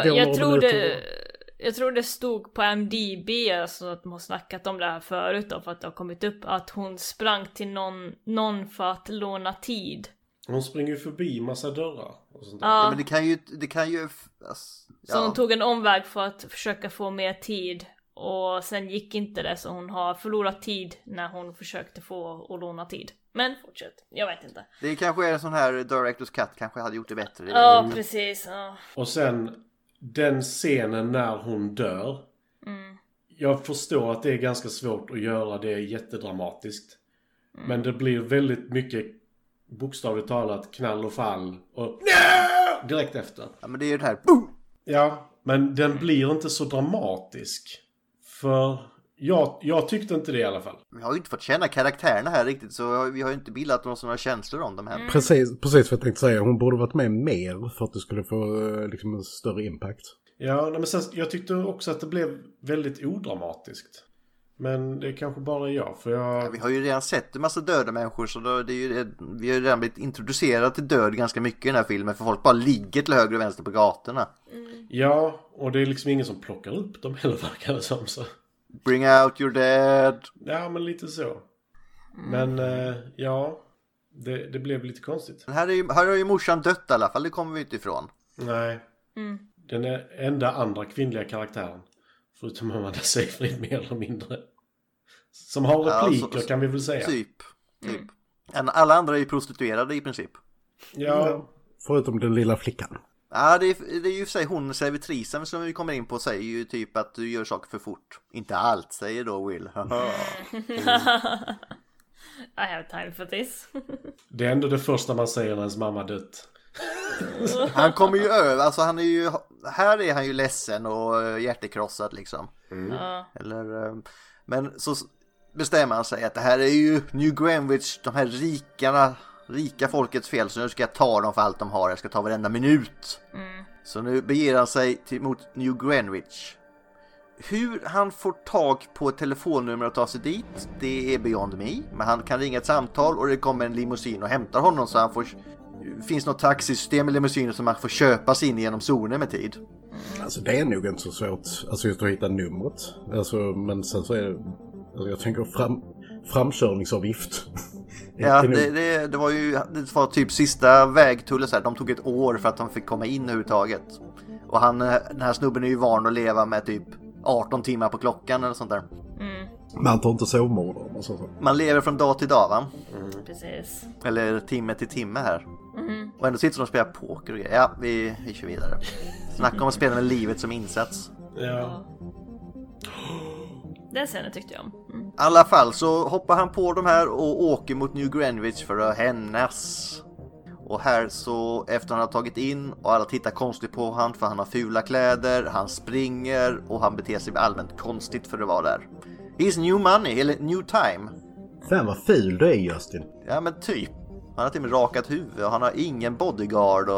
Jag tror det stod på MDB, alltså att de har snackat om det här förut då, för att det har kommit upp att hon sprang till någon för att låna tid. Hon springer ju förbi massa dörrar och sånt där. Ja, men det kan ju Så hon tog en omväg för att försöka få mer tid. Och sen gick inte det, så hon har förlorat tid när hon försökte få att låna tid. Men fortsätt, jag vet inte. Det kanske är en sån här Director's Cut, kanske hade gjort det bättre. Ja, precis. Ja. Och sen den scenen när hon dör. Jag förstår att det är ganska svårt att göra det jättedramatiskt. Men det blir väldigt mycket, bokstavligt talat, knall och fall. Och direkt efter. Ja, men det är ju det här. Boom! Ja, men den blir inte så dramatisk. För jag tyckte inte det i alla fall. Vi har ju inte fått känna karaktärerna här riktigt, så vi har ju inte bildat några känslor om dem här. Precis vad jag tänkte säga. Hon borde varit med mer för att det skulle få liksom en större impact. Ja, men sen, jag tyckte också att det blev väldigt odramatiskt. Men det är kanske bara jag, för jag... Ja, vi har ju redan sett en massa döda människor, så det är ju, vi har ju redan blivit introducerade till död ganska mycket i den här filmen, för folk bara ligger till höger och vänster på gatorna. Ja, och det är liksom ingen som plockar upp dem heller, verkar det som så. Bring out your dead. Ja, men lite så. Men ja, det blev lite konstigt. Men här har ju morsan dött i alla fall, det kommer vi inte ifrån. Nej. Den är enda andra kvinnliga karaktären. Förutom Amanda Seyfried mer eller mindre. Som har repliker kan vi väl säga. Typ. Alla andra är ju prostituerade i princip. Ja. Förutom den lilla flickan. Ja, det är ju för sig hon servitrisen som vi kommer in på, säger ju typ att du gör saker för fort. Inte allt, säger då Will. I have time for this. Det är ändå det första man säger när ens mamma dött. Han kommer ju över, alltså han är ju, här är han ju ledsen och hjärtekrossad liksom. Eller, men så bestämmer han sig att det här är ju New Greenwich, de här rika folkets fel, så nu ska jag ta dem för allt de har, jag ska ta varenda minut. Så nu beger han sig mot New Greenwich. Hur han får tag på ett telefonnummer och ta sig dit, det är beyond me. Men han kan ringa ett samtal och det kommer en limousin och hämtar honom, så han får... Finns något taxisystem i limousinen som man får köpa sig in genom zonen med tid. Alltså det är nog inte så svårt, alltså just att hitta numret. Alltså, men sen så är det, alltså jag tänker framkörningsavgift. Ja, det var typ sista vägtullen så här. De tog ett år för att de fick komma in överhuvudtaget. Och den här snubben är ju van att leva med typ 18 timmar på klockan eller sånt där. Man tar inte sovmorgon och så. Man lever från dag till dag, va? Precis. Eller timme till timme här. Och ändå sitter de och spelar poker och grejer. Ja, vi kör vidare. Snacka om att spela med livet som insats. Ja. Den scenen tyckte jag om. I alla fall så hoppar han på de här och åker mot New Greenwich för att hämnas. Och här så, efter han har tagit in och alla tittar konstigt på han för han har fula kläder, han springer och han beter sig allmänt konstigt för att vara där. He's new money, eller new time. Fan vad ful du är, Justin. Ja, men typ. Han har till och med rakat huvud och han har ingen bodyguard.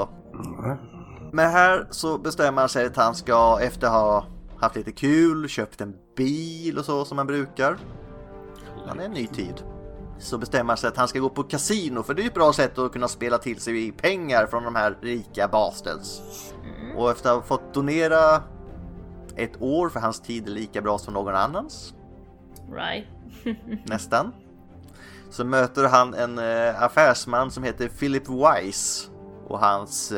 Men här så bestämmer han sig att han ska, efter ha haft lite kul, köpt en bil och så som man brukar. Han är en ny tid. Så bestämmer han sig att han ska gå på kasino, för det är ett bra sätt att kunna spela till sig pengar från de här rika bastards. Och efter att ha fått donera ett år, för hans tid är lika bra som någon annans. Right. Nästan. Så möter han en affärsman som heter Philip Wise och hans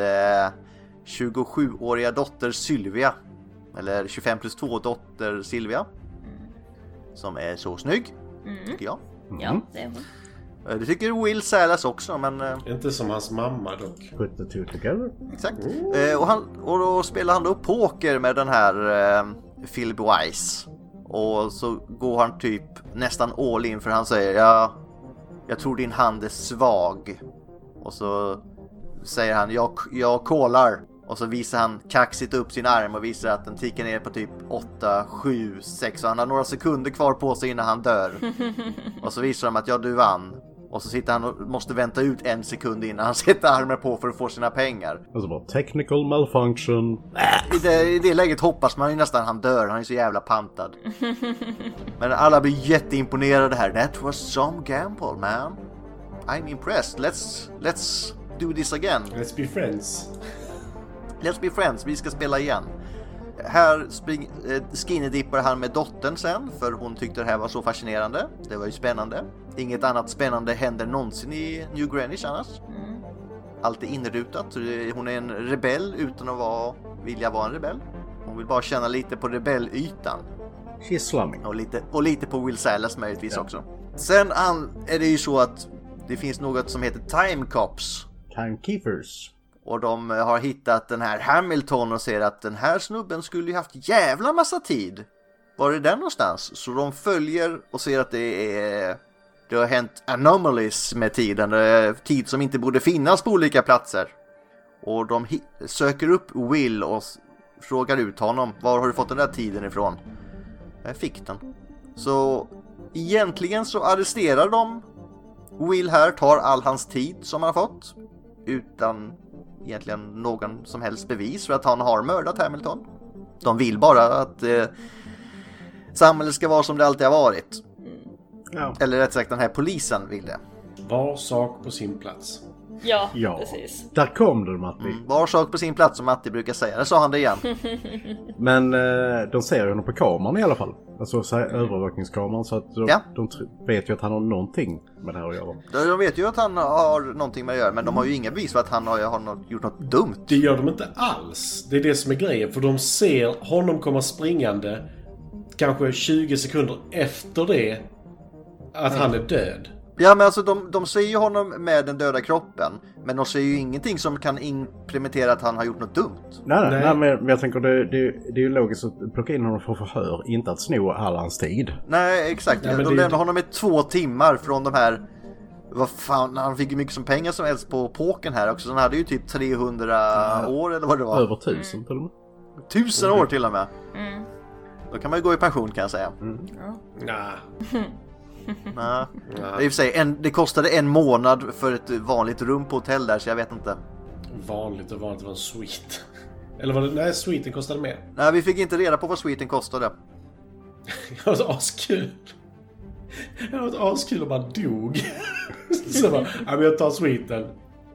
27-åriga dotter Sylvia, eller 25+2 dotter Sylvia, som är så snygg, tycker jag. Ja, det är hon. Det tycker Will Salas också, men... Inte som hans mamma dock. Put the two together. Exakt. Och då spelar han då poker med den här Philip Wise. Och så går han typ nästan all in, för han säger jag tror din hand är svag. Och så säger han jag kollar. Och så visar han kaxigt upp sin arm och visar att den tickar ner på typ 8, 7, 6. Och han har några sekunder kvar på sig innan han dör. Och så visar de att du vann. Och så sitter han och måste vänta ut 1 sekund innan han sätter armen på för att få sina pengar. Alltså bara technical malfunction. I det läget hoppas man ju nästan han dör. Han är så jävla pantad. Men alla blir jätteimponerade här. That was some gamble, man. I'm impressed. Let's do this again. Let's be friends. Let's be friends. Vi ska spela igen. Här skinnydippar han med dottern sen, för hon tyckte det här var så fascinerande. Det var ju spännande. Inget annat spännande händer någonsin i New Greenwich annars. Allt är inrutat. Hon är en rebell utan att vilja vara en rebell. Hon vill bara känna lite på rebellytan. She's slumming. Och lite på Will Salas möjligtvis också. Sen är det ju så att det finns något som heter Time Cops. Timekeepers. Och de har hittat den här Hamilton och ser att den här snubben skulle ju haft jävla massa tid. Var är den någonstans? Så de följer och ser att det har hänt anomalies med tiden. Tid som inte borde finnas på olika platser. Och de söker upp Will och frågar ut honom. Var har du fått den där tiden ifrån? Jag fick den. Så egentligen så arresterar de Will här, tar all hans tid som han har fått. Utan egentligen någon som helst bevis för att han har mördat Hamilton. De vill bara att samhället ska vara som det alltid har varit. Ja. Eller rätt sagt den här polisen vill det. Var sak på sin plats. Ja, precis. Där kom du, Matti. Var sak på sin plats som Matti brukar säga. Det sa han det igen. Men de ser ju honom på kameran i alla fall. Alltså så här, övervakningskameran. Så att de vet ju att han har någonting med det här att göra. De vet ju att han har någonting med att göra. Men de har ju inga bevis för att han har gjort något dumt. Det gör de inte alls. Det är det som är grejen. För de ser honom komma springande kanske 20 sekunder efter det att han är död. Ja, men alltså de ser ju honom med den döda kroppen. Men de ser ju ingenting som kan implementera att han har gjort något dumt. Nej, men jag tänker det är ju logiskt att plocka in honom för förhör. Inte att sno all hans tid. Nej, exakt. De lämnar honom i 2 timmar från de här... Vad fan, han fick ju mycket som pengar som helst på påken här också. Så han hade ju typ 300 år eller vad det var. Över 1000 till och med. 1000 år till och med. Då kan man ju gå i pension, kan jag säga. Nej. I och för sig, det kostade 1 månad för ett vanligt rum på hotell där, så jag vet inte. Vanligt var en suite. Eller var det? Nej, suiten kostade mer. Nej, vi fick inte reda på vad suiten kostade. Det var så askul. Det var askul om man dog. Så bara, jag tar suiten.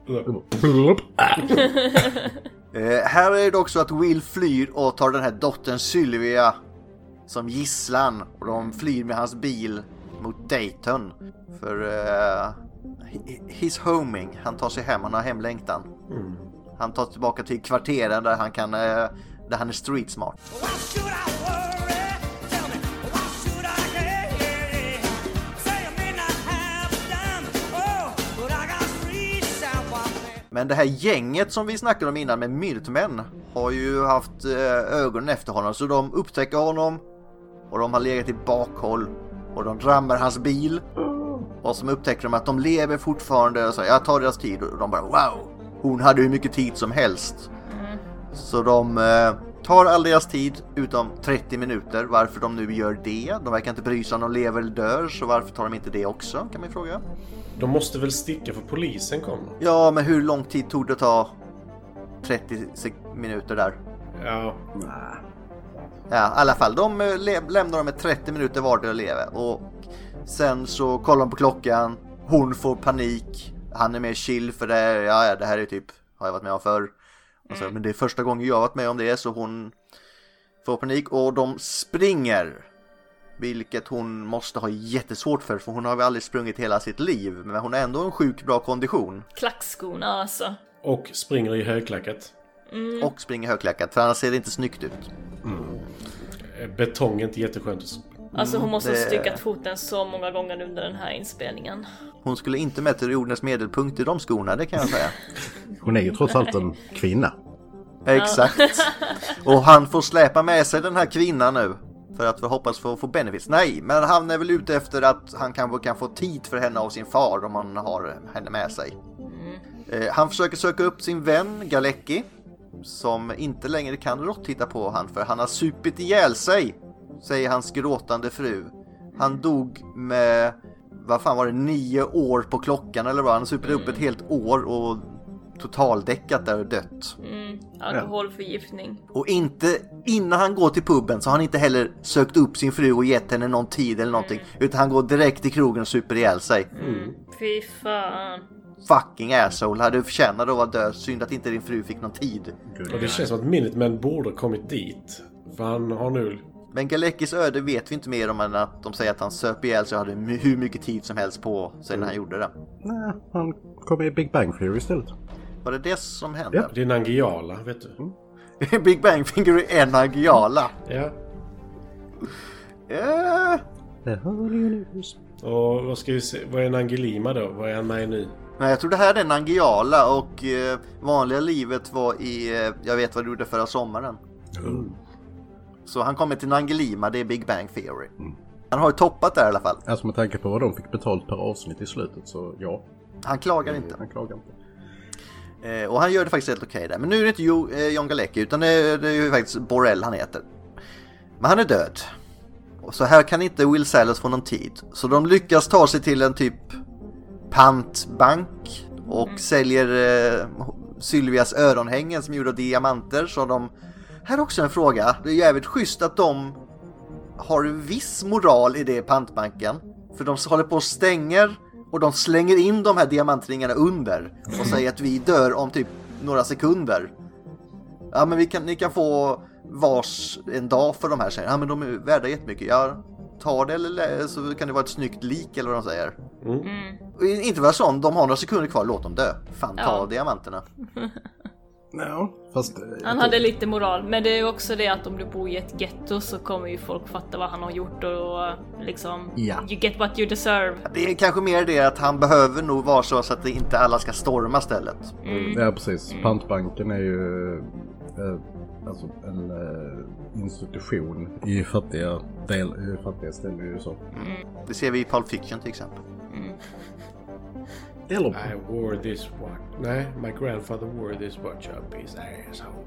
Här är det också att Will flyr och tar den här dottern Sylvia som gisslan. Och de flyr med hans bil mot Dayton. För he's homing. Han tar sig hem, han har hemlängtan. Han tar tillbaka till kvarteren där han kan där han är street smart. Men det här gänget som vi snackade om innan med Minutemen har ju haft ögonen efter honom. Så de upptäcker honom och de har legat i bakhåll och de rammar hans bil. Och så upptäcker de att de lever fortfarande och så jag tar deras tid och de bara wow, hon hade hur mycket tid som helst. Så de tar all deras tid utom 30 minuter. Varför de nu gör det? De verkar inte bry sig om de lever eller dör, så varför tar de inte det också, kan man fråga. De måste väl sticka för polisen kommer. Ja, men hur lång tid tog det att ta 30 minuter där? Ja. Ja, i alla fall. De lämnar dem med 30 minuter var det att leva. Och sen så kollar de på klockan. Hon får panik. Han är mer chill för det. Ja, det här är typ, har jag varit med om förr. Och så, men det är första gången jag har varit med om det. Så hon får panik och de springer. Vilket hon måste ha jättesvårt för hon har väl aldrig sprungit hela sitt liv. Men hon har ändå en sjukt bra kondition. Klackskorna alltså. Och springer i högklackat. Och springer högklackat, för annars ser det inte snyggt ut. Betong är inte jätteskönt. Alltså hon måste ha styckat foten så många gånger under den här inspelningen. Hon skulle inte med till jordens medelpunkt i de skorna, det kan jag säga. Hon är ju trots allt en kvinna. Exakt. Och han får släpa med sig den här kvinnan nu. För att hoppas få benefits. Nej, men han är väl ute efter att han kan få tid för henne av sin far om han har henne med sig. Han försöker söka upp sin vän Galecki, som inte längre kan råttitta på han, för han har supit ihjäl sig, säger hans gråtande fru. Han dog med, vad fan var det, 9 år på klockan eller vad? Han har supit upp ett helt år och totaldäckat där och dött. Alkoholförgiftning. Och inte innan han går till puben så har han inte heller sökt upp sin fru och gett henne någon tid eller någonting. Utan han går direkt till krogen och super ihjäl sig. Fy fan. Fucking asshole, hade du förtjänat att vara död. Synd att inte din fru fick någon tid. Och det känns som att Minutemen borde kommit dit. För han har nu... Men Galeckis öde vet vi inte mer om än att de säger att han söp ihjäl sig och hade hur mycket tid som helst på sig när han gjorde det. Nej, han kom i Big Bang Theory istället. Var det som hände? Ja. Det är Nangiala, vet du. Big Bang Theory är Nangiala. Ja. Ja. Och vad ska vi se? Vad är Nangilima då? Vad är han med nu? Men jag tror det här är Nangiala och vanliga livet var i, jag vet vad du gjorde förra sommaren. Så han kommer till Nangilima, det är Big Bang Theory. Han har ju toppat där i alla fall. Alltså med tanke på vad de fick betalt per avsnitt i slutet så ja. Han klagar inte. Han klagar inte. Och han gör det faktiskt helt okej där. Men nu är det inte John Galecki utan det är ju faktiskt Borrell han heter. Men han är död. Och så här kan inte Will Salas få någon tid. Så de lyckas ta sig till en typ pantbank och säljer Sylvias öronhängen som gjorde av diamanter. Så de... Här är också en fråga. Det är jävligt schysst att de har viss moral i det pantbanken. För de håller på och stänger och de slänger in de här diamantringarna under och säger att vi dör om typ några sekunder. Ja, men ni kan få vars en dag för de här, säger. Ja, men de är värda jättemycket. Jag tar det eller så kan det vara ett snyggt lik eller vad de säger. Och inte vara sån, de har några sekunder kvar, låt dem dö. Fan, ta diamanterna. Ja, fast... Han hade lite moral, men det är ju också det att om du bor i ett ghetto så kommer ju folk fatta vad han har gjort och liksom... Ja. You get what you deserve. Det är kanske mer det att han behöver nog vara så att det inte alla ska storma stället. Ja, precis. Pantbanken är ju alltså en institution i fattiga ställen i USA. Det ser vi i Pulp Fiction till exempel. Eller... I wore this watch. Nej, my grandfather wore this watch up his asshole.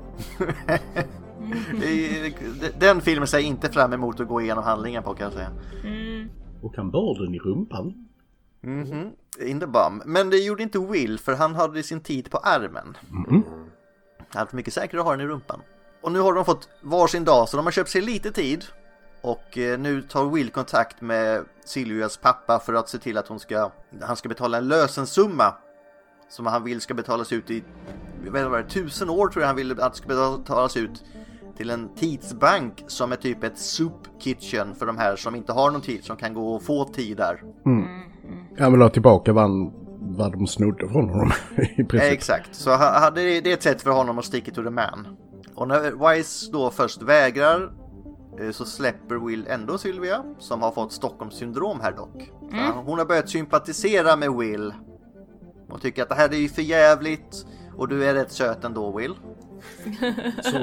Den filmen säger inte fram emot att gå igenom handlingen på, kan jag säga. Och han bar den i rumpan. In the bum. Men det gjorde inte Will, för han hade sin tid på armen. Allt mycket säkrare att ha den i rumpan. Och nu har de fått varsin dag, så de har köpt sig lite tid. Och nu tar Will kontakt med Sylvias pappa för att se till att han ska betala en lösensumma som han vill ska betalas ut i 1000 år, tror jag han vill att det ska betalas ut till en tidsbank som är typ ett soup kitchen för de här som inte har någon tid, som kan gå och få tid där. Jag vill ha tillbaka vad de snodde från honom i princip. Exakt, så det är ett sätt för honom att sticka to the man. Och när Wise då först vägrar så släpper Will ändå Sylvia, som har fått Stockholmssyndrom här dock. Hon har börjat sympatisera med Will. Hon tycker att det här är ju för jävligt och du är rätt söt ändå, Will. Så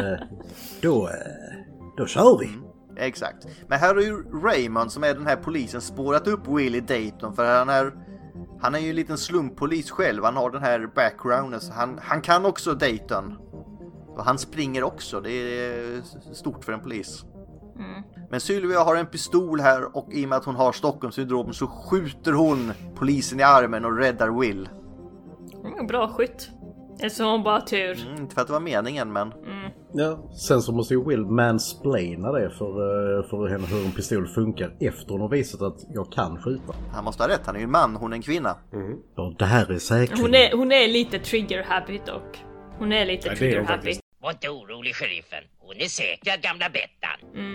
då kör vi. Exakt. Men här har ju Raymond, som är den här polisen, spårat upp Will i Dayton, för han är ju en liten slumppolis själv. Han har den här backgrounden, så han kan också Dayton. Och han springer också, det är stort för en polis. Men Sylvia har en pistol här och i och med att hon har Stockholmssyndrom så skjuter hon polisen i armen och räddar Will. Bra skytt. Det är så hon bara tur. Inte för att det var meningen, men... Ja, sen så måste ju Will mansplaina det för henne hur en pistol funkar efter hon har visat att jag kan skjuta. Han måste ha rätt, han är ju en man, hon är en kvinna. Ja, det här är säkert. Hon är lite trigger-happy dock. Hon är lite trigger-happy. Var inte orolig, sheriffen. Hon är säker, gamla Bettan.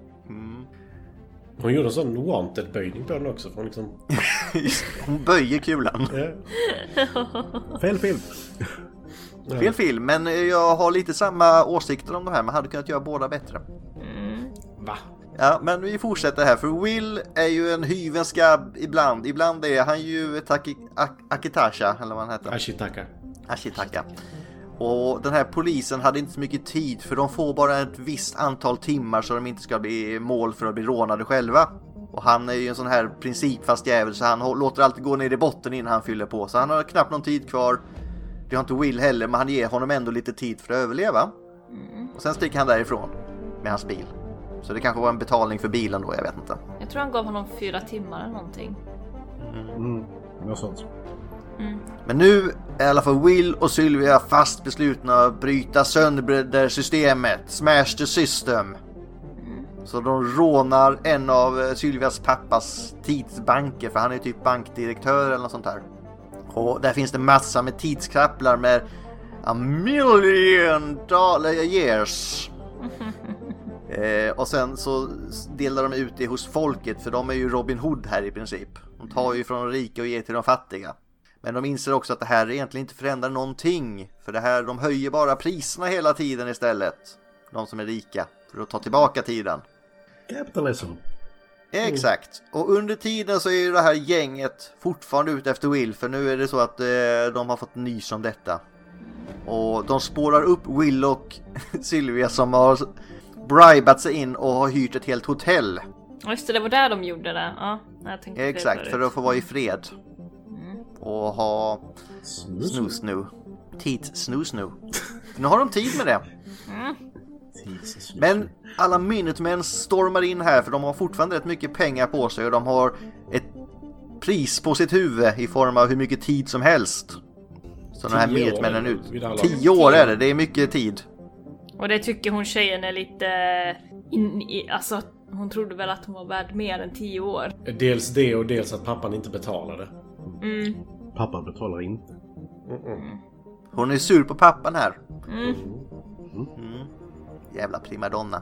Hon gjorde en sån wanted-böjning på den också. För liksom... Hon böjer kulan. Fel film. Fel film, men jag har lite samma åsikter om det här. Man hade kunnat göra båda bättre. Va? Ja, men vi fortsätter här. För Will är ju en hyvenskabb ibland. Ibland är han ju Akitasha, eller vad han heter. Ashitaka. Och den här polisen hade inte så mycket tid, för de får bara ett visst antal timmar så de inte ska bli mål för att bli rånade själva. Och han är ju en sån här principfast jävel, så han låter alltid gå ner i botten innan han fyller på. Så han har knappt någon tid kvar. Det har inte Will heller, men han ger honom ändå lite tid för att överleva. Och sen sticker han därifrån med hans bil. Så det kanske var en betalning för bilen då, jag vet inte. Jag tror han gav honom 4 timmar eller någonting. Något sånt. Men nu är i alla fall Will och Sylvia fast beslutna att bryta sönder systemet. Smash the system. Så de rånar en av Sylvias pappas tidsbanker, för han är typ bankdirektör eller något sånt här. Och där finns det massa med tidskrapplar med $1 million years. Och sen så delar de ut det hos folket, för de är ju Robin Hood här i princip. De tar ju från de rika och ger till de fattiga. Men de inser också att det här egentligen inte förändrar någonting. För det här, de höjer bara priserna hela tiden istället. De som är rika. För att ta tillbaka tiden. Capitalism. Exakt. Och under tiden så är ju det här gänget fortfarande ute efter Will. För nu är det så att de har fått nys om detta. Och de spårar upp Will och Sylvia som har bribat sig in och har hyrt ett helt hotell. Just det var där de gjorde det. Ja, jag tänkte exakt, för att få vara i fred. Och ha snus. Tid snus nu. Nu har de tid med det. Men alla Minutemen stormar in här för de har fortfarande rätt mycket pengar på sig och de har ett pris på sitt huvud i form av hur mycket tid som helst. Så de här Minutemenen ut. 10 år är det, det är mycket tid. Och det tycker hon tjejen är lite alltså hon trodde väl att hon var värd mer än 10 år. Dels det och dels att pappan inte betalade. Pappan betalar inte. Hon är sur på pappan här. Jävla primadonna.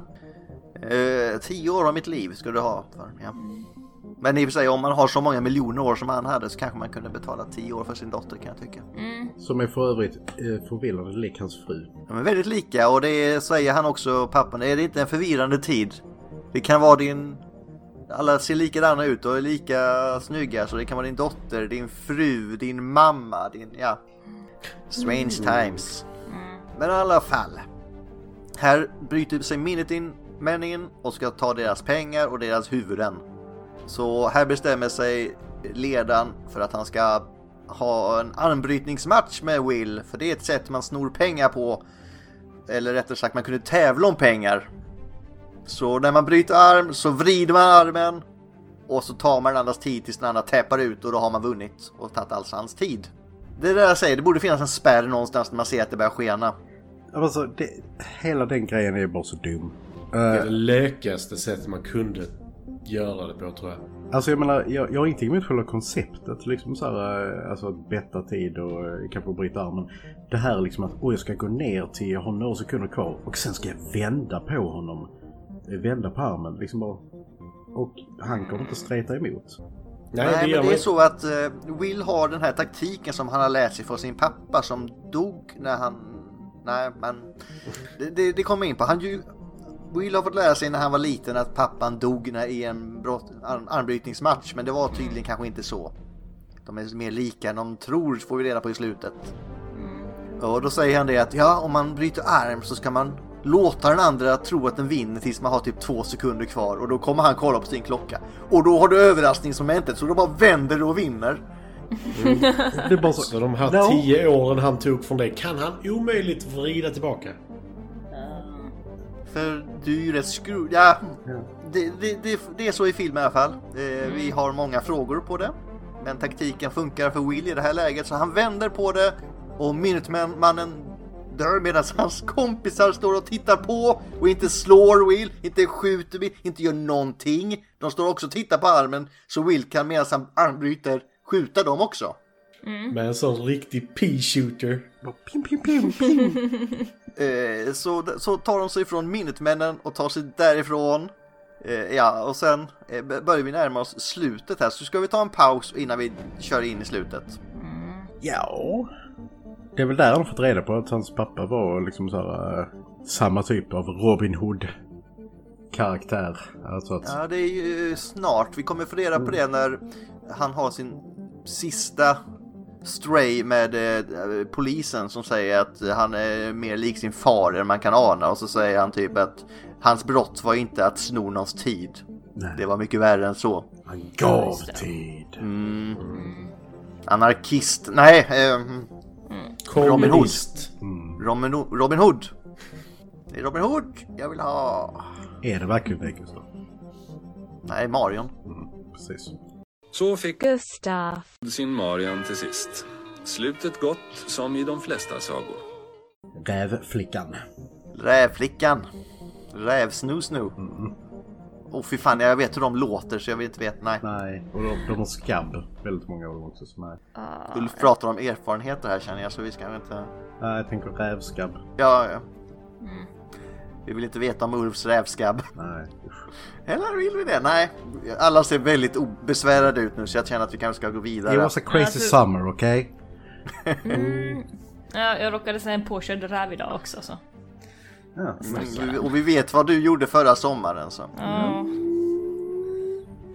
10 år av mitt liv ska du ha för, ja. Men i och för sig om man har så många miljoner år som han hade så kanske man kunde betala 10 år för sin dotter, kan jag tycka. Som är för övrigt förvillande lik hans fru. De är väldigt lika och det säger han också, pappan. Är det inte en förvirrande tid? Det kan vara alla ser likadana ut och är lika snygga, så det kan vara din dotter, din fru, din mamma, ja. Strange times. Men i alla fall. Här bryter sig Minutemen in och ska ta deras pengar och deras huvuden. Så här bestämmer sig ledaren för att han ska ha en armbrytningsmatch med Will. För det är ett sätt man snor pengar på. Eller rättare sagt, man kunde tävla om pengar. Så när man bryter arm så vrider man armen. Och så tar man den andras tid tills den andra täppar ut. Och då har man vunnit och tagit alltså hans tid. Det är det jag säger, det borde finnas en spärr någonstans när man ser att det börjar skena. Alltså, hela den grejen är bara så dum. Det är det lökaste sättet man kunde göra det på, tror jag. Alltså jag menar, jag har ingenting med själva konceptet. Liksom så här, alltså att betta tid och kanske bryta armen. Det här är liksom att jag ska gå ner till, jag har några sekunder kvar. Och sen ska jag vända på honom. Vända på armen, liksom bara. Och han kommer inte streta emot. Nej, men det är så att Will har den här taktiken som han har lärt sig från sin pappa som dog när han... Nej, men det kommer in på. Will har fått lära sig när han var liten att pappan dog i en armbrytningsmatch, men det var tydligen kanske inte så. De är mer lika än de tror, får vi reda på i slutet. Och då säger han det att om man bryter arm så ska man låta den andra tro att den vinner tills man har typ 2 sekunder kvar. Och då kommer han kolla på sin klocka. Och då har du överraskningsmomentet, så då bara vänder och vinner. Det är bara så de här 10 åren han tog från det kan han omöjligt vrida tillbaka. För du är ju rätt skruv. Ja, det är så i film i alla fall. Vi har många frågor på det. Men taktiken funkar för Will i det här läget. Så han vänder på det. Och Minuteman-mannen dör medan hans kompisar står och tittar på. Och inte slår Will, inte skjuter Will, inte gör någonting. De står också och tittar på armen. Så Will kan medan han armbryter skjuta dem också. Med en sån riktig pea-shooter. Pim, pim, pim, pim. Så tar de sig från Minutemännen och tar sig därifrån. Och sen börjar vi närma oss slutet här. Så ska vi ta en paus innan vi kör in i slutet. Ja. Det är väl där han har fått reda på att hans pappa var liksom så här, samma typ av Robin Hood-karaktär. Alltså att... Ja, det är ju snart. Vi kommer få reda på det när han har sin sista stray med polisen som säger att han är mer lik sin far än man kan ana. Och så säger han typ att hans brott var inte att sno någons tid. Nej. Det var mycket värre än så. Han gav tid. Anarkist. Nej. Robin Hood. Robin Hood. Det är Robin Hood jag vill ha. Är det verkligen det, Gustav? Nej, Marion. Precis. Så fick Gustav sin Marion till sist. Slutet gott som i de flesta sagor. Rävflickan. Rävsnusnu. Fy fan, jag vet hur de låter så jag vet inte. Nej, och de har skabb. Väldigt många av dem också som är. Du pratar om erfarenheter här känner jag, så vi ska inte... Nej, jag tänker rävskabb. Ja. Vi vill inte veta om Ulfs rävskabb. Nej. Eller vill vi det? Nej. Alla ser väldigt besvärade ut nu så jag känner att vi kanske ska gå vidare. It was a crazy summer, okej? Ja, jag råkade säga en påkörd räv idag också så. Och vi vet vad du gjorde förra sommaren så.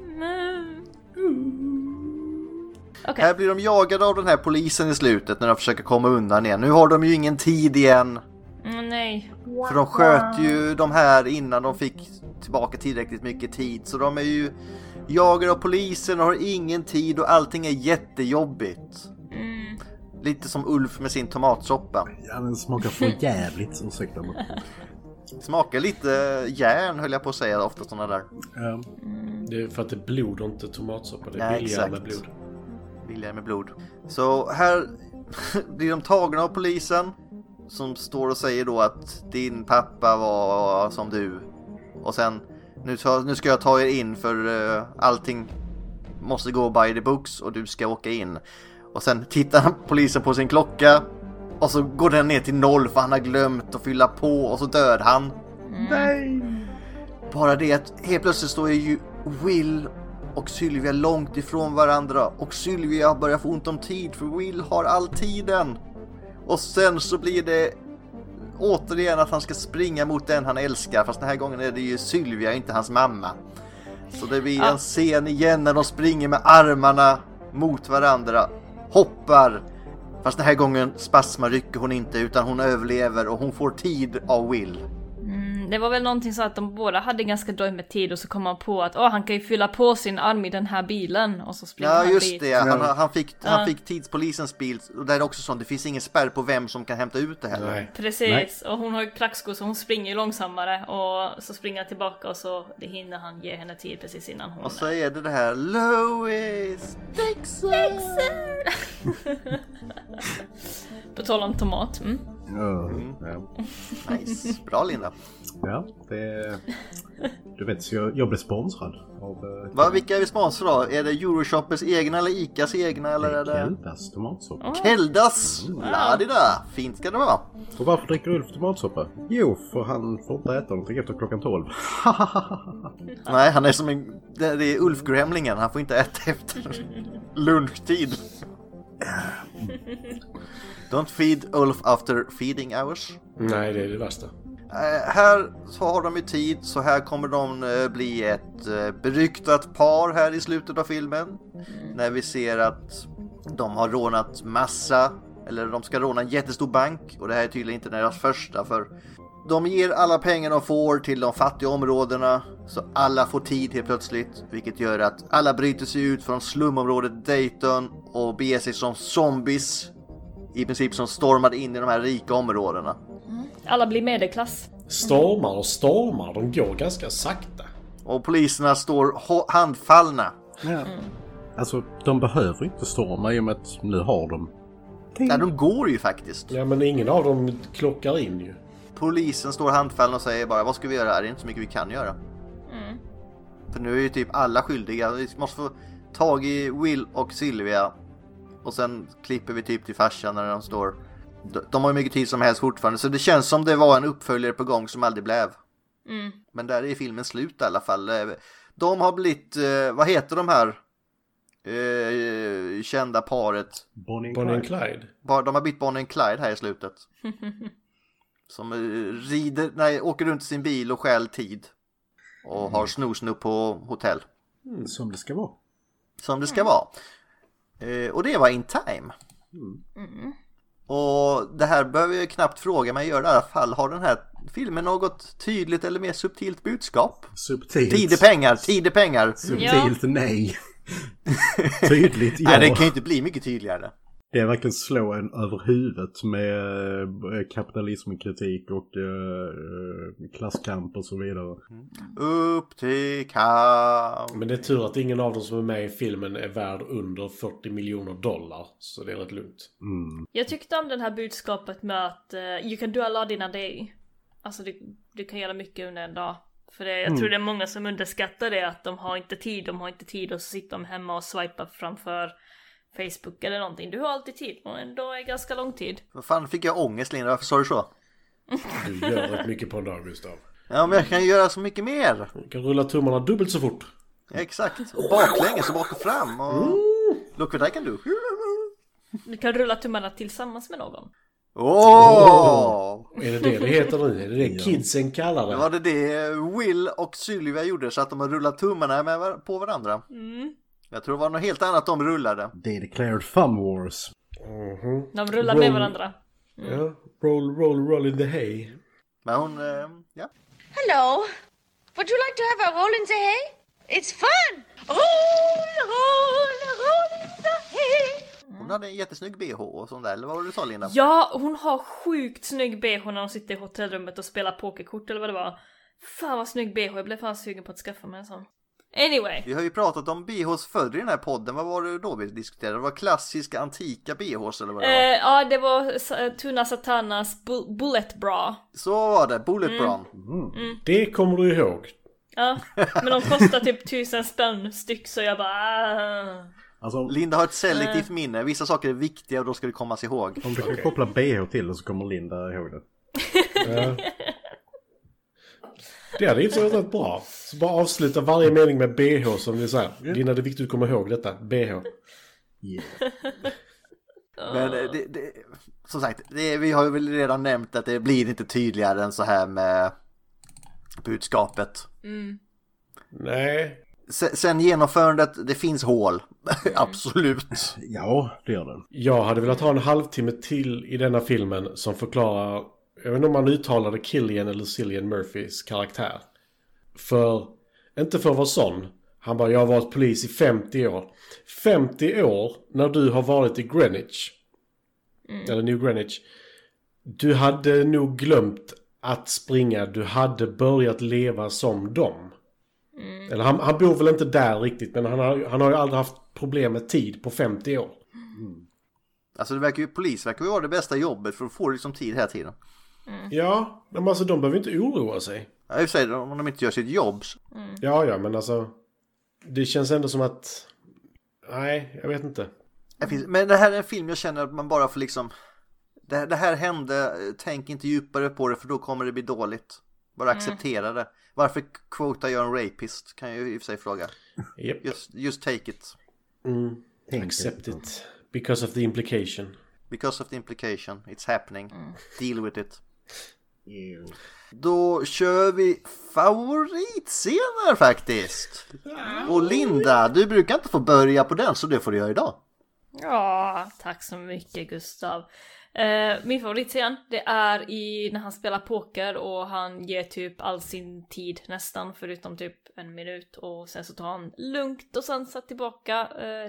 Okay. Här blir de jagade av den här polisen i slutet när de försöker komma undan igen. Nu har de ju ingen tid igen. Nej. För de sköt ju de här innan de fick tillbaka tillräckligt mycket tid. Så de är ju jagade av polisen och har ingen tid och allting är jättejobbigt. Lite som Ulf med sin tomatsoppa. Ja, den smakar för jävligt, ursäkta mig. Smakar lite järn höll jag på att säga ofta sådana där. Det är för att det är blod och inte tomatsoppa. Det är billigare exakt. med blod. Billigare med blod. Så här blir de tagna av polisen som står och säger då att din pappa var som du. Och sen nu ska jag ta er in för allting måste gå by the books och du ska åka in. Och sen tittar polisen på sin klocka och så går den ner till 0 för han har glömt att fylla på och så dör han. Nej! Bara det att helt plötsligt står ju Will och Sylvia långt ifrån varandra och Sylvia börjar få ont om tid för Will har all tiden. Och sen så blir det återigen att han ska springa mot den han älskar, fast den här gången är det ju Sylvia, inte hans mamma. Så det blir en scen igen när de springer med armarna mot varandra, hoppar, fast den här gången spasmar rycker hon inte utan hon överlever och hon får tid av Will. Det var väl någonting så att de båda hade ganska dåligt med tid och så kom man på att han kan ju fylla på sin arm i den här bilen och så springer han just dit. det, han fick tidspolisens bil och där är också sånt, det finns ingen spärr på vem som kan hämta ut det heller. Nej. Precis, Nej. och hon har ju klackskor så hon springer långsammare och så springer han tillbaka och så det hinner han ge henne tid precis innan hon... Och så är det här Lois Dixon. På tal om tomat. Ja. Nice, bra Linda. Ja, det... Du vet, så jag blev sponsrad av... Vilka är vi sponsor då? Är det Euroshoppers egna eller Icas egna eller är det... Keldas tomatsoppa. Keldas! Ja, det där. Fint ska det vara. Och varför dricker Ulf tomatsoppa? Jo, för han får inte äta någonting efter klockan 12. Nej, han är som en... Det är Ulf-gremlingen. Han får inte äta efter lunchtid. Don't feed Ulf after feeding hours. Nej, det är det värsta. Här så har de ju tid, så här kommer de bli ett beryktat par här i slutet av filmen. När vi ser att de har rånat massa, eller de ska råna en jättestor bank. Och det här är tydligen inte deras första, för de ger alla pengar de får till de fattiga områdena. Så alla får tid helt plötsligt, vilket gör att alla bryter sig ut från slumområdet Dayton och beger sig som zombies. I princip som stormade in i de här rika områdena. Alla blir medelklass. Stormar, de går ganska sakta. Och poliserna står handfallna. Ja. Alltså, de behöver inte storma i och med att nu har de... Ja, de går ju faktiskt. Ja, men ingen av dem klockar in ju. Polisen står handfallen och säger bara, vad ska vi göra här? Det är inte så mycket vi kan göra. För nu är ju typ alla skyldiga. Vi måste få tag i Will och Sylvia. Och sen klipper vi typ till farsan när de står... De har ju mycket tid som helst fortfarande. Så det känns som det var en uppföljare på gång som aldrig blev. Men där är filmen slut i alla fall. De har blivit... vad heter de här? Kända paret. Bonnie and Clyde. De har blivit Bonnie and Clyde här i slutet. Som åker runt i sin bil och stjäl tid. Och har snup på hotell. Som det ska vara. Som det ska vara. Och det var In Time. Och det här behöver jag knappt fråga mig göra i alla fall. Har den här filmen något tydligt eller mer subtilt budskap? Subtilt. Tid är pengar. Subtilt nej. Tydligt ja. Nej, det kan ju inte bli mycket tydligare. Det är verkligen slå en över huvudet med kapitalismkritik och klasskamp och så vidare. Upp till kamp. Men det är tur att ingen av dem som är med i filmen är värd under $40 miljoner. Så det är rätt lugnt. Jag tyckte om den här budskapet med att you can do a lot in a day. Alltså du kan göra mycket under en dag. För jag tror det är många som underskattar det, att de har inte tid och så sitter de hemma och swipar framför Facebook eller någonting. Du har alltid tid och en dag är ganska lång tid. Vad fan fick jag ångest, Linda? Varför sa du så? Du gör rätt mycket på en dag, Gustav. Ja, men jag kan göra så mycket mer. Du kan rulla tummarna dubbelt så fort. Exakt. Och baklänges och bak och fram. Och... Look what I can do. Du kan rulla tummarna tillsammans med någon. Är det heter nu? Är det kidsen kallar det? Var det Will och Sylvia gjorde, så att de har rullat tummarna på varandra? Jag tror det var något helt annat de rullade. Det är declared fun wars. De rullar med varandra. Ja, roll in the hay. Men hon, ja. Hello. Would you like to have a roll in the hay? It's fun! Roll in the hay. Hon hade en jättesnygg BH och sånt där. Eller vad var det du sa, Linda? Ja, hon har sjukt snygg BH när hon sitter i hotellrummet och spelar pokerkort eller vad det var. Fan vad snygg BH, jag blev fan sugen på att skaffa mig en sån. Anyway. Vi har ju pratat om BHs förr i den här podden. Vad var det då vi diskuterade? Det var klassiska antika BHs eller vad det var? Ja, det var Tuna Satanas Bullet Bra. Så var det, Bullet Bra. Det kommer du ihåg. Ja, men de kostar typ 1000 spänn styck så jag bara... Alltså, Linda har ett selektivt minne. Vissa saker är viktiga och då ska det komma sig ihåg. om du kan koppla BH till det så kommer Linda ihåg det. Ja. Det hade inte varit bra. Så bara avsluta varje mening med BH som vi säger. Linda, det är viktigt att komma ihåg detta. BH. Yeah. Men som sagt, vi har ju väl redan nämnt att det blir inte tydligare än så här med budskapet. Nej. Sen genomförandet, det finns hål. Absolut. Ja, det gör det. Jag hade velat ha en halvtimme till i denna filmen som förklarar, jag vet inte om man uttalade Cillian eller Cillian Murphys karaktär. Inte för att vara sån. Han bara, jag har varit polis i 50 år. 50 år när du har varit i Greenwich. Eller New Greenwich. Du hade nog glömt att springa. Du hade börjat leva som dem. Eller han bor väl inte där riktigt, men han har ju aldrig haft problem med tid på 50 år. Alltså det verkar ju, polis verkar ju vara det bästa jobbet för att få liksom tid hela tiden. Ja, men alltså de behöver inte oroa sig. Jag vill säga, om de inte gör sitt jobb. Ja, men alltså det känns ändå som att, nej, jag vet inte. Men det här är en film jag känner att man bara får liksom, det här hände, tänk inte djupare på det för då kommer det bli dåligt. Bara acceptera det. Varför quotar jag en rapist? Kan jag ju i och för sig fråga. Yep. Just take it. Accept it. Because of the implication. Because of the implication. It's happening. Deal with it. Då kör vi favoritscener faktiskt. Och Linda, du brukar inte få börja på den så det får du göra idag. Ja, tack så mycket Gustav. Min favoritscen, det är när han spelar poker och han ger typ all sin tid nästan förutom typ 1 minut och sen så tar han lugnt och sen satt tillbaka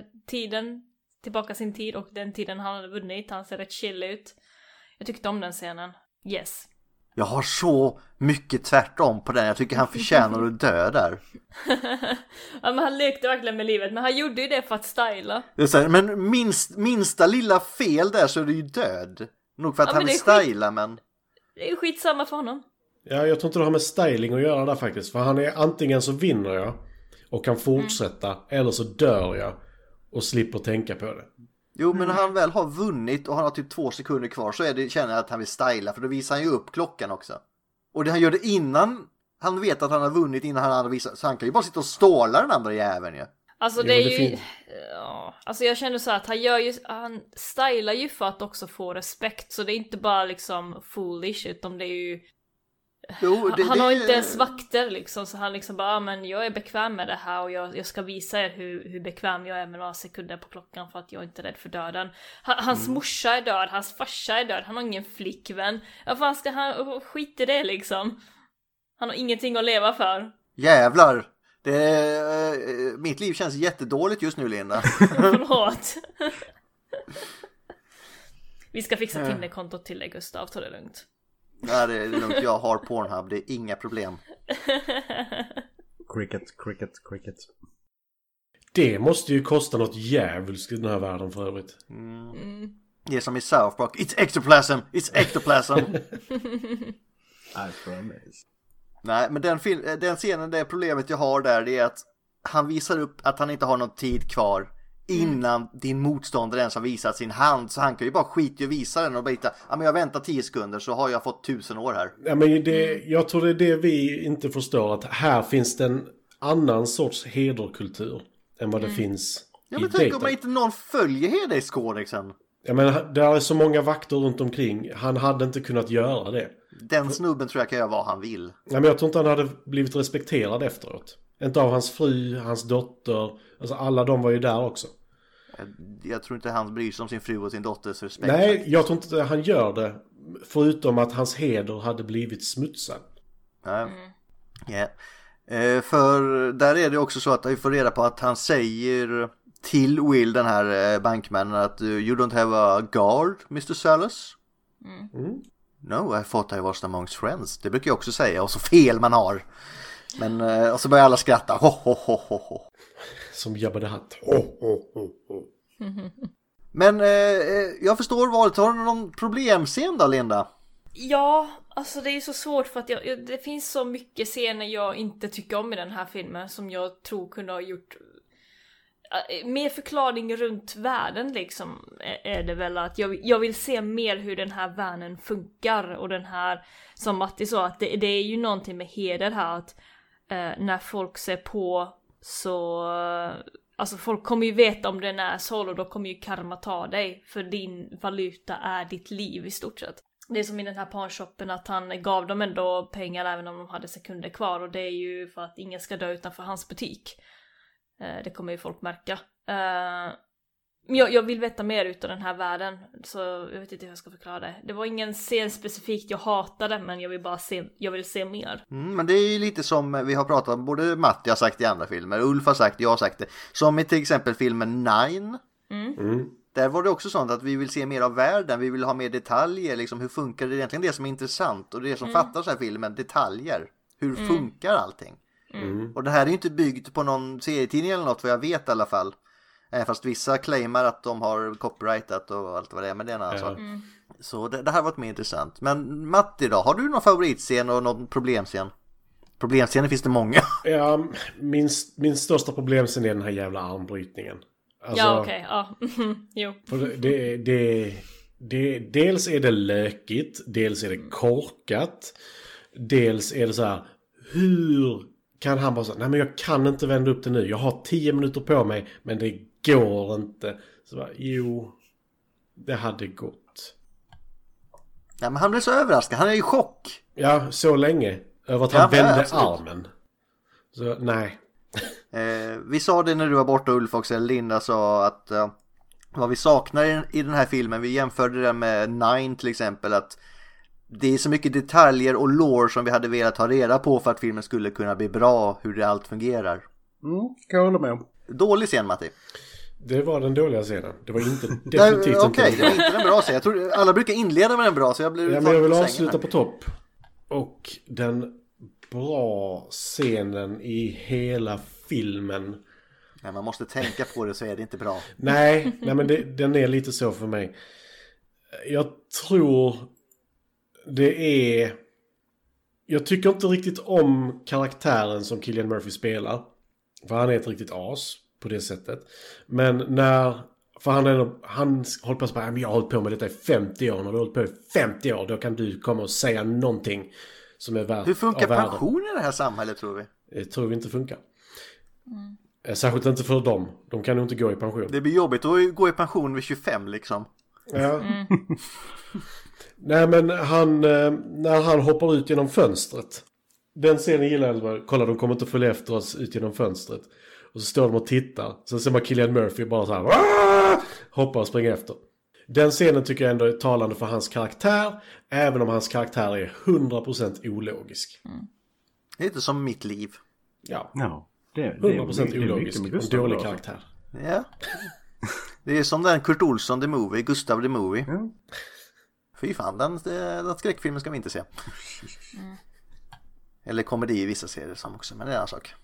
sin tid och den tiden han hade vunnit. Han ser rätt chill ut. Jag tyckte om den scenen. Yes. Jag har så mycket tvärtom på den. Jag tycker han förtjänar att dö där. Ja, men han lekte verkligen med livet. Men han gjorde ju det för att styla. Det är så här, men minsta lilla fel där så är det ju död. Nog för att han vill styla, men... Det är ju skitsamma för honom. Ja, jag tror inte det har med styling att göra där faktiskt. För han är antingen så vinner jag och kan fortsätta eller så dör jag och slipper tänka på det. Jo, men när han väl har vunnit och han har typ 2 sekunder kvar så känner jag att han vill styla. För då visar han ju upp klockan också. Och han gör det innan han vet att han har vunnit, innan han har visat. Så han kan ju bara sitta och ståla den andra jäveln ju. Alltså det är ju... Ja, alltså jag känner så att han stylar ju för att också få respekt. Så det är inte bara liksom foolish utan det är ju... Jo, han har inte ens vakter liksom, så han liksom bara, men jag är bekväm med det här och jag ska visa er hur bekväm jag är med några sekunder på klockan för att jag inte är rädd för döden. Hans morsa är död, hans farsa är död, han har ingen flickvän. Ja, fan ska han skit i det liksom? Han har ingenting att leva för. Jävlar! Mitt liv känns jättedåligt just nu, Linda. Förlåt. Vi ska fixa Tinder-kontot till dig, Gustav, ta det lugnt. Nej, det är lugnt. Jag har Pornhub. Det är inga problem. Cricket. Det måste ju kosta något jävligt i den här världen för övrigt. Det är som i South Park. It's ectoplasm! It's ectoplasm! I promise. Nej, men den scenen, det problemet jag har där, det är att han visar upp att han inte har någon tid kvar innan din motståndare ens har visat sin hand. Så han kan ju bara skita och visa den och bara hitta, ja men jag väntar 10 sekunder så har jag fått 1000 år här. Ja, men jag tror det är det vi inte förstår, att här finns det en annan sorts hederkultur än vad det finns ja, men tänk om man inte någon följer hederskodexen. Ja, men det är så många vakter runt omkring. Han hade inte kunnat göra det. Den snubben tror jag kan göra vad han vill. Ja, men jag tror inte han hade blivit respekterad efteråt. Inte av hans fru, hans dotter. Alltså alla de var ju där också. Jag tror inte han bryr sig om sin fru och sin dotters respekt. Nej, jag tror inte han gör det. Förutom att hans heder hade blivit smutsad. Yeah. För där är det också så att vi får reda på att han säger till Will, den här bankmannen, att you don't have a guard, Mr. Salas. No, I thought I was amongst friends. Det brukar jag också säga, och så fel man har. Men, och så börjar alla skratta. Ho, ho, ho, ho, ho. Som Jabba the Hutt. Ho, ho, ho, ho. Men jag förstår valet. Har du någon problemscen då, Linda? Ja, alltså det är så svårt för att det finns så mycket scener jag inte tycker om i den här filmen som jag tror kunde ha gjort mer förklaring runt världen liksom. Är det väl att jag vill se mer hur den här världen funkar, och den här, som Matti sa, att det är ju någonting med heder här, att när folk ser på så alltså folk kommer ju veta om den är så, och då kommer ju karma ta dig, för din valuta är ditt liv i stort sett. Det är som i den här panshoppen, att han gav dem ändå pengar även om de hade sekunder kvar, och det är ju för att ingen ska dö utanför hans butik. Det kommer ju folk märka. Jag vill veta mer utav den här världen, så jag vet inte hur jag ska förklara det. Det var ingen scen specifikt jag hatade, men jag vill se mer. Men det är ju lite som vi har pratat om, både Matti har sagt i andra filmer, Ulf har sagt, jag har sagt det. Som i till exempel filmen Nine. Där var det också sånt att vi vill se mer av världen, vi vill ha mer detaljer, liksom hur funkar det egentligen, det som är intressant, och det som fattas här filmen, detaljer. Hur funkar allting? Och det här är ju inte byggt på någon serietidning eller något, för jag vet i alla fall. Fast vissa claimar att de har copyrightat och allt vad det är, men det är en annan sak. Så det här har varit mer intressant. Men Matti då, har du någon favoritscen och någon problemscen? Problemscenen finns det många. Ja, min största problemscen är den här jävla armbrytningen. Alltså, ja, okej. Ja. Jo. För dels är det lökigt, dels är det korkat, dels är det så här, hur kan han bara säga, nej men jag kan inte vända upp det nu, jag har 10 minuter på mig, men det går inte. Så bara, jo, det hade gått. Ja, men han blev så överraskad, han är i chock. Ja, så länge över att han vände armen. Så nej. Vi sa det när du var borta, Ulf, också. Linda sa att vad vi saknar i den här filmen, vi jämförde det med Nine till exempel, att det är så mycket detaljer och lore som vi hade velat ha reda på för att filmen skulle kunna bli bra, hur det allt fungerar. Kan jag hålla med om. Dålig scen, Matti. Det var den dåliga scenen. Det var inte definitivt Okej, det var inte den bra scenen. Jag tror alla brukar inleda med den bra, så jag blev men jag vill avsluta på topp. Och den bra scenen i hela filmen. Nej, man måste tänka på det, så är det inte bra. Nej men den är lite så för mig. Jag tror jag tycker inte riktigt om karaktären som Cillian Murphy spelar. För han är ett riktigt as på det sättet. Men för han håller på att säga, jag har hållit på med detta i 50 år. När du har hållit på i 50 år, då kan du komma och säga någonting som är värt. Hur funkar pension i det här samhället, tror vi? Det tror vi inte funkar. Särskilt inte för dem. De kan ju inte gå i pension. Det blir jobbigt att gå i pension vid 25 liksom. Ja. Nej, men när han hoppar ut genom fönstret. Den scenen gillar jag. Kolla, de kommer inte följa efter oss ut genom fönstret. Och så står de och tittar. Sen ser man Cillian Murphy bara så här hoppar och springer efter. Den scenen tycker jag ändå är talande för hans karaktär. Även om hans karaktär är 100% ologisk. Det är inte som mitt liv. Ja. Det är 100% ologisk. En dålig karaktär. Ja. Det är som den Kurt Olsson the Movie, Gustav the Movie. Fy fan, den skräckfilmen ska vi inte se. Eller komedi i vissa serier som också, men det är en sak.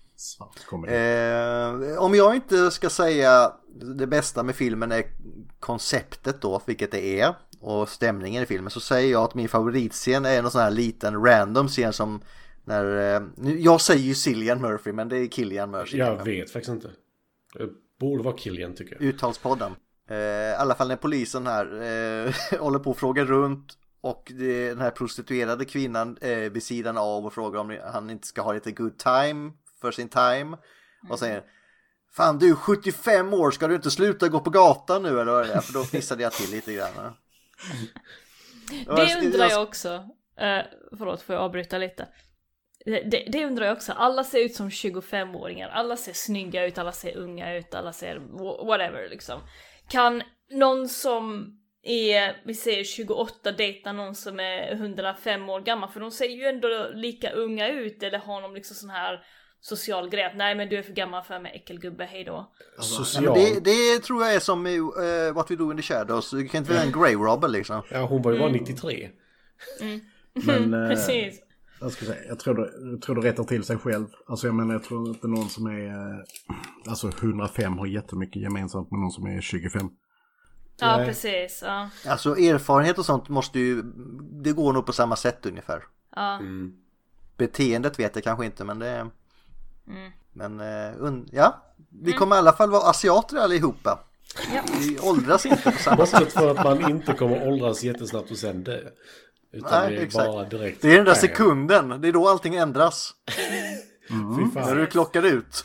Om jag inte ska säga det bästa med filmen är konceptet då, vilket det är, och stämningen i filmen, så säger jag att min favoritscen är en sån här liten random scen som när, jag säger ju Cillian Murphy, men det är Cillian Murphy. Jag vet faktiskt inte. Det borde vara Cillian, tycker jag. Uttalspodden. I alla fall när polisen här håller på att fråga runt, och den här prostituerade kvinnan vid sidan av och frågar om han inte ska ha lite good time för sin time. Och säger, fan du är 75 år, ska du inte sluta gå på gatan nu eller vad det är? För då fnissade jag till lite grann. Det undrar jag också. Förlåt, får jag avbryta lite? Det undrar jag också. Alla ser ut som 25-åringar. Alla ser snygga ut, alla ser unga ut, alla ser whatever liksom. Kan någon som är, vi säger 28, dejta någon som är 105 år gammal? För de ser ju ändå lika unga ut. Eller har de liksom sån här social grej? Nej, men du är för gammal för mig, äckelgubbe, hej då. Social. Det tror jag är som i What We Do in the Shadows. Du kan inte vara en Grey Robber liksom. Ja, hon var ju bara 93. Men precis. Jag ska säga, jag tror det rättar till sig själv. Alltså jag menar, jag tror inte någon som är alltså 105 har jättemycket gemensamt med någon som är 25. Ja, precis. Ja. Alltså erfarenhet och sånt måste ju, det går nog på samma sätt ungefär. Ja. Beteendet vet jag kanske inte, men det men ja, vi kommer i alla fall vara asiater allihopa. Ja. Vi åldras inte på samma sätt. Bortsett för att man inte kommer åldras jättesnabbt och sen dö. Utan Nej, det är exakt. bara direkt. Det är den där sekunden, det är då allting ändras. Fy fan. När du klockar ut.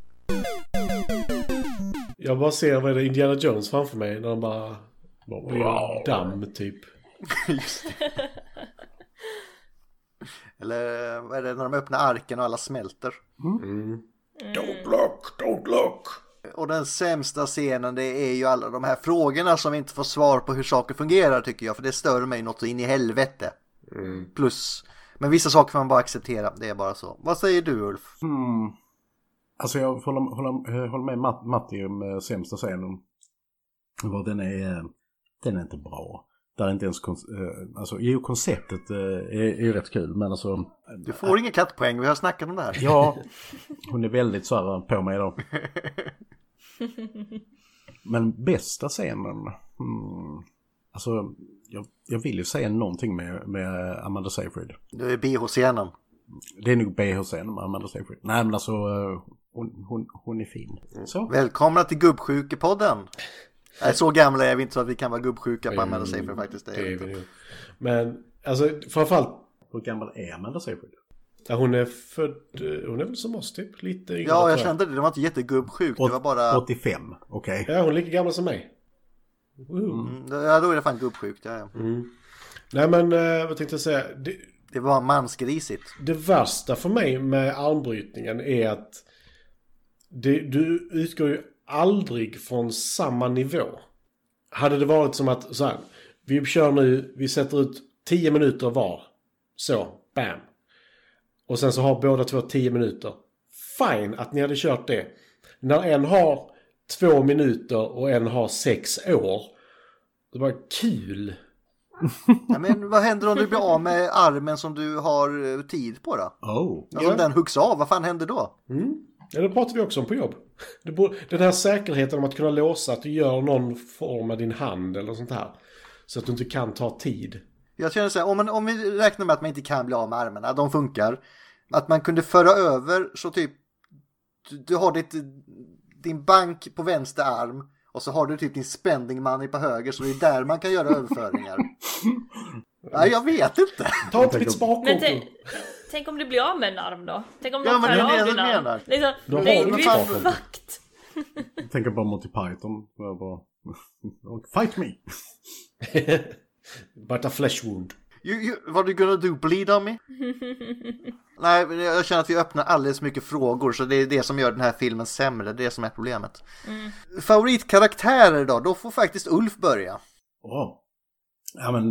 Jag bara ser vad är det, Indiana Jones framför mig när de bara wow. Damm typ. Just det. Eller vad är det när de öppnar arken och alla smälter? Don't look. Och den sämsta scenen, det är ju alla de här frågorna som inte får svar på hur saker fungerar, tycker jag. För det stör mig något in i helvete. Plus, men vissa saker får man bara acceptera. Det är bara så. Vad säger du, Ulf? Alltså jag håller med Matti om sämsta scenen. Den är inte bra. Där är inte ens alltså konceptet är ju rätt kul, men alltså du får ingen kattpoäng, vi har snackat om det här. Ja, hon är väldigt så här på mig då. Men bästa scenen alltså jag vill ju säga någonting med Amanda Seyfried. Det är BH-scenen. Det är nog BH-scenen med Amanda Seyfried. Nej, men alltså hon är fin. Så. Välkomna till Gubbsjukepodden. Nej, så gamla är vi inte så att vi kan vara gubbsjuka på Amanda Seyfried faktiskt. Det är vi nu. Men alltså framförallt, hur gammal är Amanda Seyfried? Ja, hon är väl som oss typ, lite yngre. Ja, jag kände det var inte jättegubbsjuk, det var bara 85, okej. Ja, hon är lika gammal som mig. Ja, då är det fan gubbsjukt, ja. Nej, men vad tänkte jag säga? Det var mansgrisigt. Det värsta för mig med armbrytningen är att du utgår ju aldrig från samma nivå. Hade det varit som att så här, vi kör nu, vi sätter ut 10 minuter var. Så, bam. Och sen så har båda 10 minuter. Fine att ni hade kört det. När en har 2 minuter och en har 6 år. Det var kul. Ja, men vad händer om du blir av med armen som du har tid på då? Alltså om den huggs av, vad fan händer då? Ja, det pratar vi också om på jobb. Den här säkerheten om att kunna låsa att du gör någon form med din hand eller sånt här. Så att du inte kan ta tid. Jag känner så här, om vi räknar med att man inte kan bli av med armarna, de funkar. Att man kunde föra över så typ, du har din bank på vänster arm och så har du typ din spending money på höger, så det är där man kan göra överföringar. Nej, jag vet inte. Ta inte mitt sparkonto. Tänk om du blir av med en arm då? Tänk om ja, men det är det jag menar. Liksom, du är fucked. Tänker bara Monty Python. Fight me. But a flesh wound. What are you gonna do? Bleed on me? Nej, jag känner att vi öppnar alldeles mycket frågor, så det är det som gör den här filmen sämre. Det är det som är problemet. Favoritkaraktärer då får faktiskt Ulf börja. Ja, men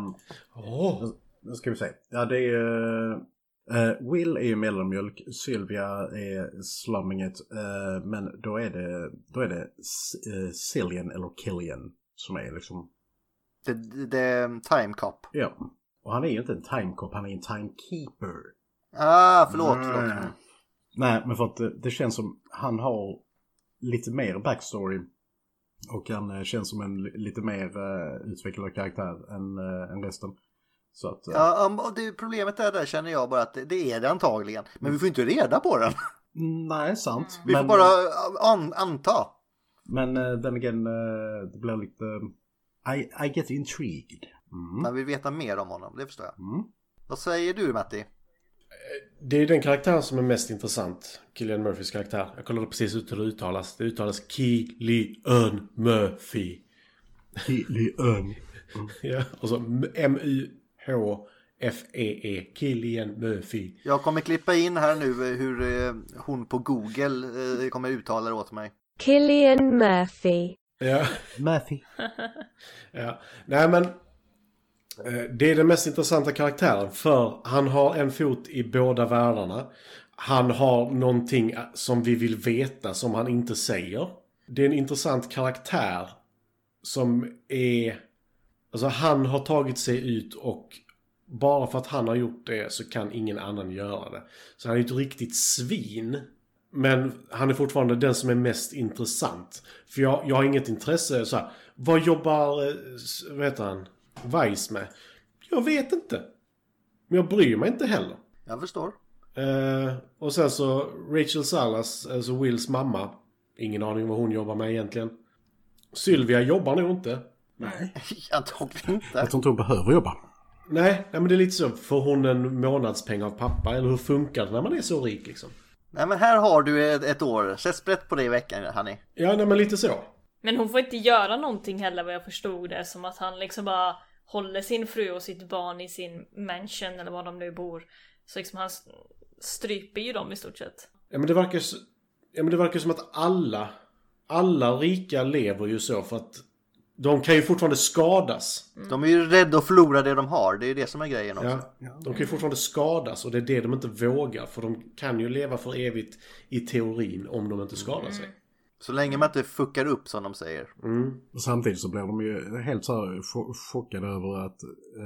nu ska vi se. Ja, det är Will är ju mellanmjölk, Sylvia är slumminget, men då är det Cillian eller Killian som är liksom the time cop. Ja. Och han är ju inte en time cop, han är en timekeeper. Förlåt. Nej, men för att det känns som han har lite mer backstory. Och han känns som en lite mer utvecklad karaktär än resten. Så att, problemet är där, känner jag bara att det är det antagligen. Men vi får inte reda på den. Nej, sant. Vi får bara anta. Men den igen, det blir lite... I get intrigued. Man vill veta mer om honom, det förstår jag. Vad säger du, Matti? Det är den karaktären som är mest intressant. Cillian Murphys karaktär. Jag kollade precis ut hur det uttalas. Det uttalas Cillian Murphy. Cillian. Ja, och så M-U-H F-E-E, Cillian Murphy. Jag kommer klippa in här nu hur hon på Google kommer uttala det åt mig. Cillian Murphy. Ja. Murphy. Ja. Nej, men det är den mest intressanta karaktären, för han har en fot i båda världarna. Han har någonting som vi vill veta som han inte säger. Det är en intressant karaktär som är... Alltså han har tagit sig ut och bara för att han har gjort det så kan ingen annan göra det. Så han är ett riktigt svin. Men han är fortfarande den som är mest intressant. För jag har inget intresse så här, vad jobbar, vad heter han, Weiss med? Jag vet inte. Men jag bryr mig inte heller. Jag förstår. Och sen så Rachel Salas, alltså Wills mamma. Ingen aning vad hon jobbar med egentligen. Sylvia jobbar nog inte. Nej, antagligen inte. Jag tror inte hon behöver jobba. Nej, men det är lite så. Får hon en månadspeng av pappa? Eller hur funkar det när man är så rik liksom? Nej, men här har du ett år. Sätt sprätt på det i veckan, Hanni. Ja, nej, men lite så. Men hon får inte göra någonting heller, vad jag förstod det. Som att han liksom bara håller sin fru och sitt barn i sin mansion eller var de nu bor. Så liksom han stryper ju dem i stort sett. Ja, men det verkar som att alla rika lever ju så, för att de kan ju fortfarande skadas. De är ju rädda att förlora det de har. Det är ju det som är grejen också. Ja, de kan ju fortfarande skadas, och det är det de inte vågar. För de kan ju leva för evigt i teorin om de inte skadar sig. Så länge man inte fuckar upp, som de säger. Och samtidigt så blir de ju helt så här chockade över att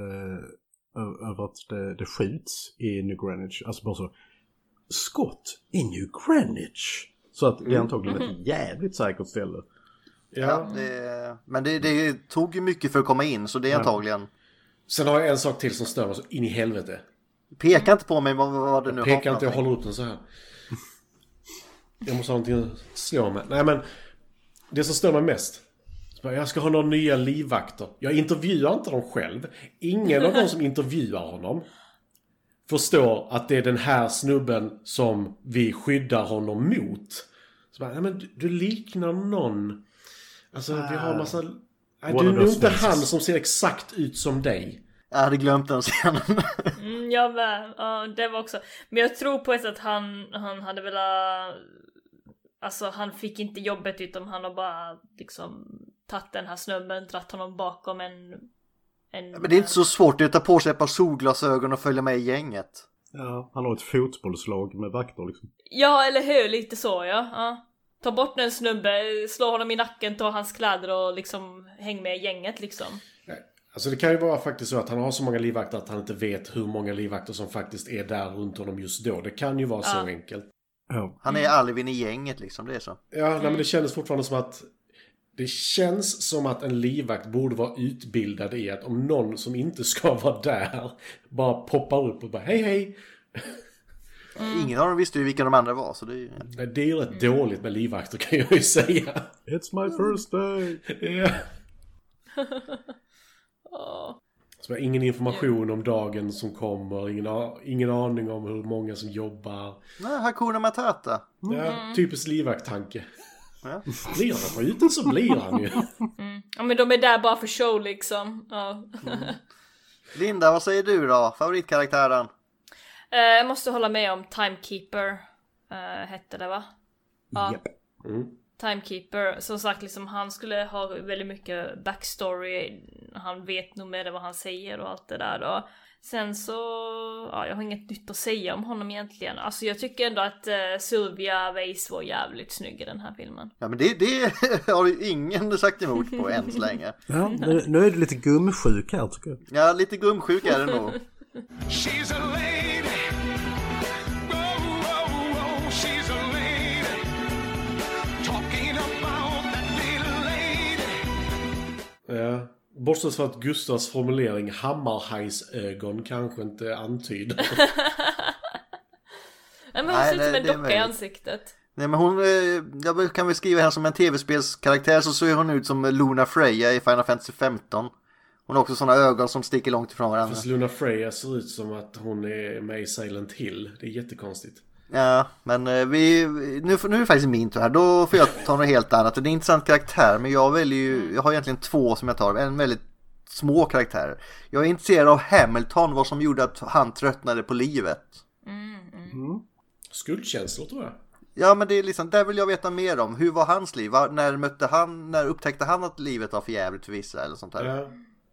det skjuts i New Greenwich. Alltså bara så, skott i New Greenwich. Så att det är antagligen ett jävligt säkert ställe. Ja, men det tog ju mycket för att komma in, så det är antagligen... Sen har jag en sak till som stör mig så in i helvete. Peka inte på mig vad det nu har. Peka inte, jag håller upp den så här. Jag måste ha någonting att slå med. Nej, men det som stör mig mest, jag ska ha några nya livvakter. Jag intervjuar inte dem själv. Ingen av dem som intervjuar honom förstår att det är den här snubben som vi skyddar honom mot. Så bara, nej, men du liknar någon. Alltså vi har en massa... Nej, du är nog inte han som ser exakt ut som dig. Jag hade glömt den scenen. Jag med. Ja, det var också. Men jag tror på ett sätt att han hade velat... Alltså han fick inte jobbet, utan han har bara liksom tagit den här snubben, dratt honom bakom en... Men det är inte så svårt att ta på sig ett par solglasögon och följa med i gänget. Ja, han har ett fotbollslag med vakter liksom. Ja, eller hur? Lite så, ja. Ta bort en snubbe, slå honom i nacken, ta hans kläder och liksom häng med i gänget liksom. Alltså det kan ju vara faktiskt så att han har så många livvakter att han inte vet hur många livvakter som faktiskt är där runt honom just då. Det kan ju vara så enkelt. Ja. Han är Alvin i gänget liksom, det är så. Ja, nej, men det känns fortfarande som att... Det känns som att en livvakt borde vara utbildad i att om någon som inte ska vara där bara poppar upp och bara hej. Ingen av dem visste ju vilka de andra var, så det är... Det är ju rätt dåligt med livvakter, kan jag ju säga. It's my first day. Ja. Så ingen information om dagen som kommer, ingen aning om hur många som jobbar. Nej, Hakuna Matata. Ja, typiskt livvakttanke. Ja. Blir han skjuten så blir han ju. Ja, men de är där bara för show liksom. Ja. Linda, vad säger du då? Favoritkaraktären? Jag måste hålla med om Timekeeper. Hette det, va? Ja. Yep. Timekeeper, som sagt liksom, han skulle ha väldigt mycket backstory. Han vet nog med det vad han säger och allt det där då. Sen så, jag har inget nytt att säga om honom egentligen. Alltså jag tycker ändå att Sylvia Weiss var jävligt snygg i den här filmen. Ja, men det har ju ingen sagt emot på än så länge. Ja, nu är du lite gumsjuk här, tycker jag. Ja, lite gumsjuk är det nog. She's a lady. Oh, she's a lady. Talking about that little lady. Ja. Bortsett för att Gustavs formulering hammarhajsögon kanske inte antyder. Nej, men hon ser ut som en docka i ansiktet. Nej, men hon, jag kan väl skriva henne som en tv-spelskaraktär, så ser hon ut som Luna Freya i Final Fantasy 15. Hon har också sådana ögon som sticker långt ifrån varandra. Fast Luna Freya ser ut som att hon är med i Silent Hill. Det är jättekonstigt. Ja, men nu är det faktiskt min tur här. Då får jag ta något helt annat. Det är en intressant karaktär, men jag har egentligen två som jag tar. En väldigt små karaktärer. Jag är intresserad av Hamilton, vad som gjorde att han tröttnade på livet. Skuldkänslor tror jag. Ja, men det är liksom, där vill jag veta mer om. Hur var hans liv? När upptäckte han att livet var för jävligt för vissa eller sånt där? Ja.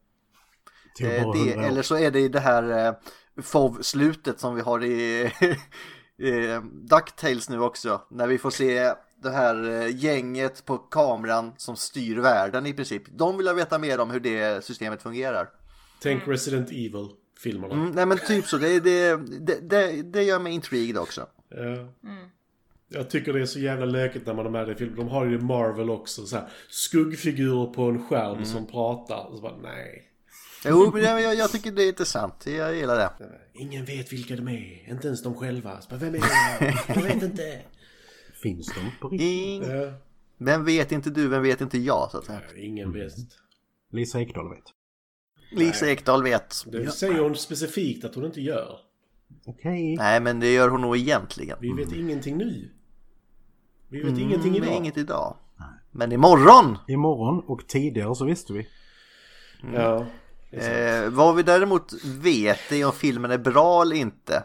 Eller så är det det här FOV-slutet som vi har i DuckTales nu också. När vi får se det här gänget på kameran som styr världen i princip. De vill jag veta mer om hur det systemet fungerar. Tänk Resident Evil-filmerna. Nej men typ så, det gör mig intrigued också. Ja. Jag tycker det är så jävla lökigt när man är med i filmen. De har ju Marvel också, så här skuggfigurer på en skärm som pratar. Och så bara, nej. Jo, men jag tycker det är intressant. Jag gillar det. Ingen vet vilka de är. Inte ens de själva. Så bara, vem är det? Jag vet inte. Finns de på riktigt? Vem vet inte du, vem vet inte jag så att säga. Ingen vet. Lisa Ekdahl vet. Lisa Ekdahl vet. Det säger hon specifikt att hon inte gör. Okej. Nej, men det gör hon nog egentligen. Vi vet ingenting nu. Vi vet ingenting idag. Inget idag. Men imorgon! Imorgon och tidigare så visste vi. Ja. Vad vi däremot vet är om filmen är bra eller inte.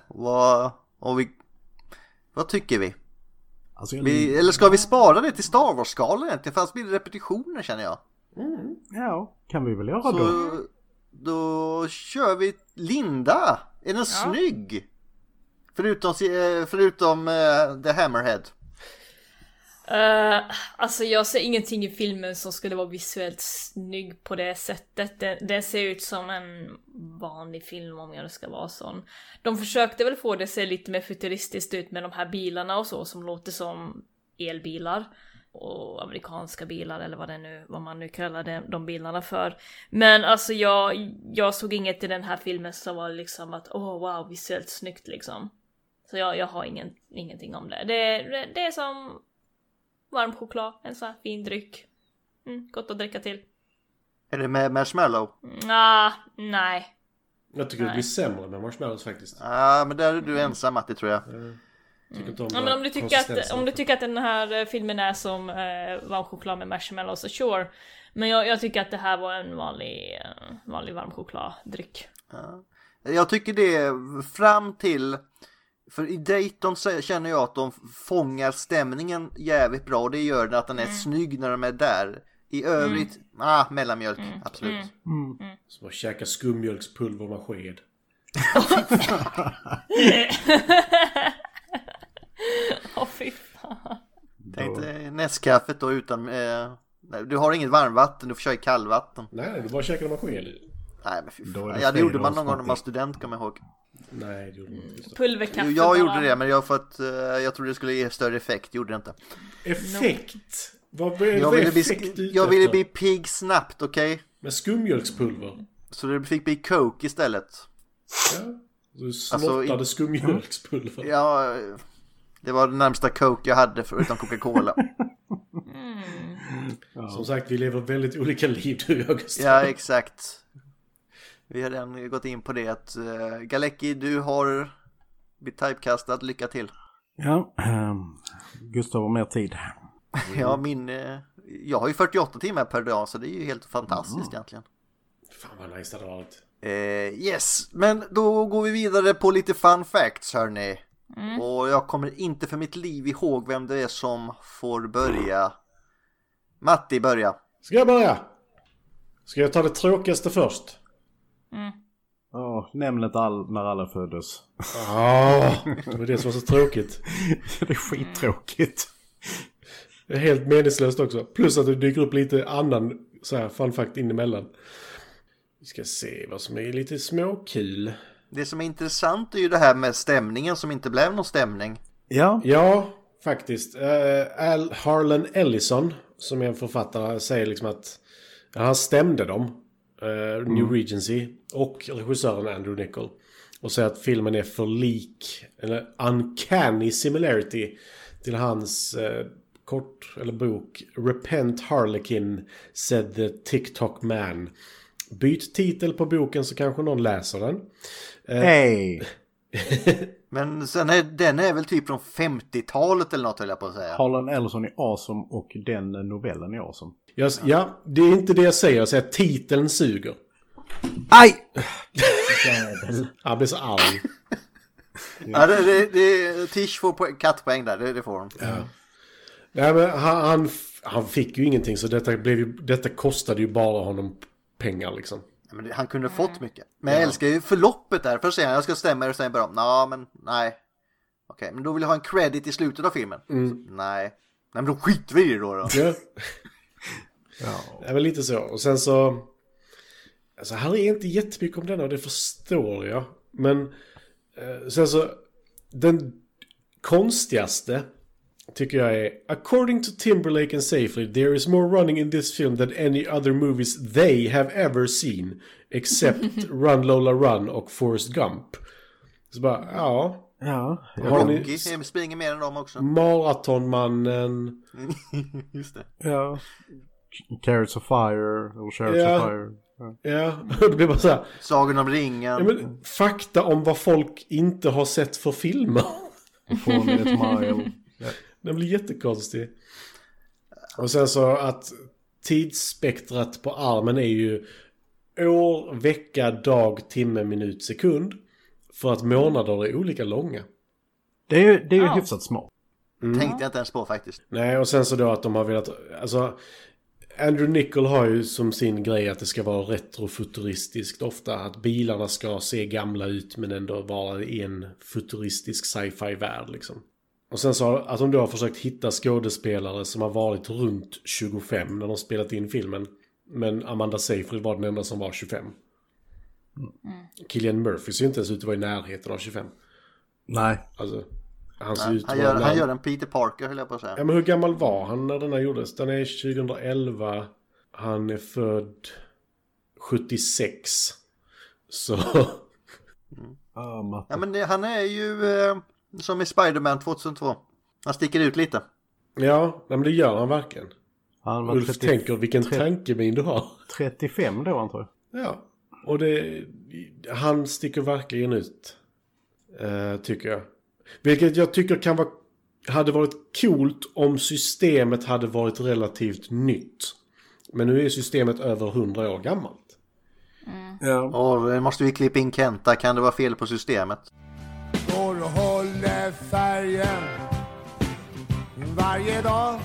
Vad tycker vi? Alltså, Eller ska vi spara det till Star Wars-skalan egentligen? Fast blir det repetitioner känner jag. Ja, kan vi väl göra då? Då kör vi Linda. Är den snygg? Förutom The Hammerhead. Alltså jag ser ingenting i filmen som skulle vara visuellt snygg på det sättet. Det ser ut som en vanlig film om jag ska vara sån. De försökte väl få det att se lite mer futuristiskt ut med de här bilarna och så som låter som elbilar och amerikanska bilar eller vad man nu kallar de bilarna för. Men alltså jag såg inget i den här filmen som var liksom att wow, visuellt snyggt liksom. Så jag har ingenting om det. Det är som varm choklad, en sån här fin dryck. Gott att dricka till. Är det med marshmallow? Nej. Jag tycker det blir sämre med marshmallows faktiskt. Men där är du ensam, Matti, tror jag. Men om du tycker att den här filmen är som varm choklad med marshmallows, så sure. Men jag tycker att det här var en vanlig varm chokladdryck. Jag tycker det fram till... För i Dayton känner jag att de fångar stämningen jävligt bra. Och det gör det att den är snygg när de är där. I övrigt, mellanmjölk, absolut. Så bara käka skummjölkspulver med sked. Fy fan. Tänk dig nästkaffet då utan... du har inget varmvatten, du får köra i kallvatten. Nej, du bara käkar med sked. Nej, men fy fan. Ja, det gjorde man någon gång när man var student, kommer jag ihåg. Nej, det gjorde man inte. Pulverkaffe. Jag gjorde det, men jag trodde det skulle ge större effekt, gjorde det inte. Effekt? Vad jag ville bli pigg snabbt, okej? Med skummjölkspulver? Så det fick bli coke istället. Ja, du slottade skummjölkspulver. Ja, det var det närmsta coke jag hade förutom Coca-Cola. Som sagt, vi lever väldigt olika liv du och August. Ja, exakt. Vi har redan gått in på det att Galecki, du har blivit typecastad. Lycka till. Ja, Gustav har mer tid. Ja, jag har ju 48 timmar per dag, så det är ju helt fantastiskt egentligen. Fan vad nice det har varit. Yes, men då går vi vidare på lite fun facts, hörni. Och jag kommer inte för mitt liv ihåg vem det är som får börja. Matti, börja. Ska jag börja? Ska jag ta det tråkigaste först? Nämnet när alla föddes. Det var det som var så tråkigt. Det är skittråkigt. Det är helt meningslöst också. Plus att det dyker upp lite annan så här fun fact in emellan. Vi ska se vad som är lite småkul. Det som är intressant är ju det här med stämningen som inte blev någon stämning. Ja, faktiskt. Harlan Ellison, som är en författare, säger liksom att han stämde dem. New Regency och regissören Andrew Niccol, och säger att filmen är för lik, eller uncanny similarity till hans bok Repent Harlequin said the TikTok man. Byt titel på boken så kanske någon läser den. Hej! Men sen den är väl typ från 50-talet eller något, höll jag på att säga. Harlan Ellison är awesome och den novellen är awesome. Ja, det är inte det jag säger. Jag säger att titeln suger. Aj! Han blir så arg. Ja, det Tish får kattpoäng där, det får hon. Ja. Nej, men han fick ju ingenting, så detta kostade ju bara honom pengar liksom. Ja, men han kunde fått mycket. Men jag älskar ju förloppet där. Först säger jag ska stämma och säger bara nej. Okej, men då vill jag ha en credit i slutet av filmen. Nej, men då skiter vi i det då. Ja. Det är väl lite så. Och sen så... Alltså här är inte jättemycket om denna, och det förstår jag. Men sen så... Den konstigaste tycker jag är: according to Timberlake and Safely, there is more running in this film than any other movies they have ever seen, except Run Lola Run och Forrest Gump. Så bara, ja. Rocky springer mer än dem också. Maratonmannen. Just det. Ja. Chariots of Fire eller Chariots of Fire. Ja, det blir bara så här. Sagan om ringen. Ja, men fakta om vad folk inte har sett för filmer. Från ett mile. Den blir jättekonstig. Och sen så att tidsspektrat på armen är ju år, vecka, dag, timme, minut, sekund. För att månader är olika långa. Det är ju hyfsat smart. Tänkte jag inte ens på faktiskt. Nej, och sen så då att de har velat... Alltså, Andrew Niccol har ju som sin grej att det ska vara retrofuturistiskt ofta. Att bilarna ska se gamla ut men ändå vara i en futuristisk sci-fi värld liksom. Och sen så att de då har försökt hitta skådespelare som har varit runt 25 när de spelat in filmen. Men Amanda Seyfried var den enda som var 25. Cillian Murphy ser ju inte ens ut att vara i närheten av 25. Nej. Alltså, han gör en Peter Parker, höll jag på att säga. Ja, men hur gammal var han när den här gjordes? Den är 2011. Han är född 76. Så... Ja, men han är ju som i Spider-Man 2002. Han sticker ut lite. Ja, men det gör han verkligen. Han var Ulf tänker vilken tankemin du har. 35 då, antar jag. Ja, och han sticker verkligen ut. Tycker jag. Vilket jag tycker hade varit coolt om systemet hade varit relativt nytt. Men nu är systemet över 100 år gammalt. Ja. Och måste vi klippa in Kenta, kan det vara fel på systemet? Går och håller färgen varje dag.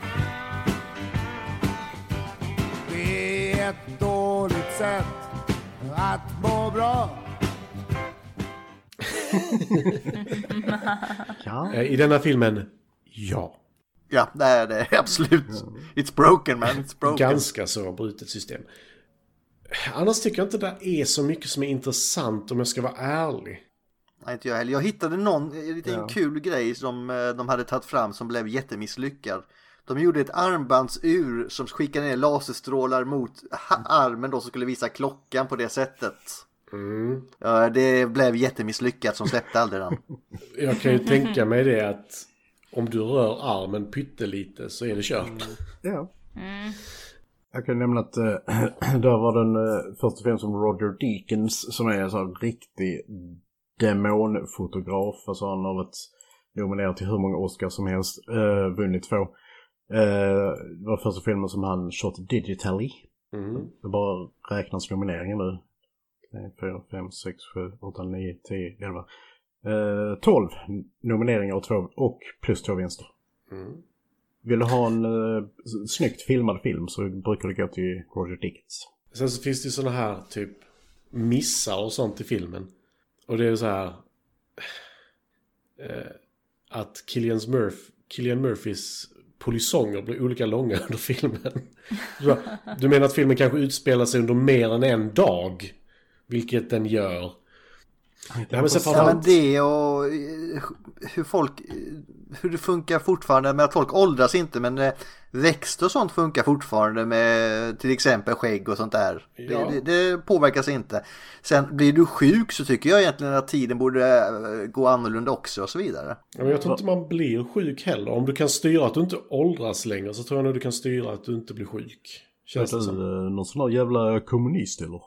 Det är ett dåligt sätt att må bra. I denna filmen, ja. Ja, det är absolut. It's broken, man. It's broken. Ganska så brutet system. Annars tycker jag inte det är så mycket som är intressant, om jag ska vara ärlig. Nej, inte jag heller. Jag hittade en liten kul grej som de hade tagit fram som blev jättemisslyckad. De gjorde ett armbandsur som skickade ner laserstrålar mot armen då, som skulle visa klockan på det sättet. Ja, det blev jättemisslyckat, som släppte aldrig den. Jag kan ju tänka mig det att om du rör armen pyttelite så är det kört. Ja. Jag kan nämna att där var den första film som Roger Deakins, som är en sån riktig demonfotograf. Alltså han har varit nominerad till hur många Oscars som helst, vunnit 2. Det var första filmen som han shot digitally. Det bara räknas nomineringen nu. 4, 5, 6, 7, 8, 9, 10, 11. 12 nomineringar och plus 2 vinster. Vill du ha en snyggt filmad film så brukar det gå till Roger Deakins. Sen så finns det såna här typ missar och sånt i filmen. Och det är så här att Cillian Murphys polisonger blir olika långa under filmen. Du menar att filmen kanske utspelar sig under mer än en dag? Vilket den gör. Men det och hur det funkar fortfarande med att folk åldras inte, men växter och sånt funkar fortfarande med till exempel skägg och sånt där. Ja. Det påverkas inte. Sen blir du sjuk så tycker jag egentligen att tiden borde gå annorlunda också och så vidare. Ja, men jag tror inte man blir sjuk heller. Om du kan styra att du inte åldras längre så tror jag nog du kan styra att du inte blir sjuk. Känns det som någon sån här jävla kommunist eller?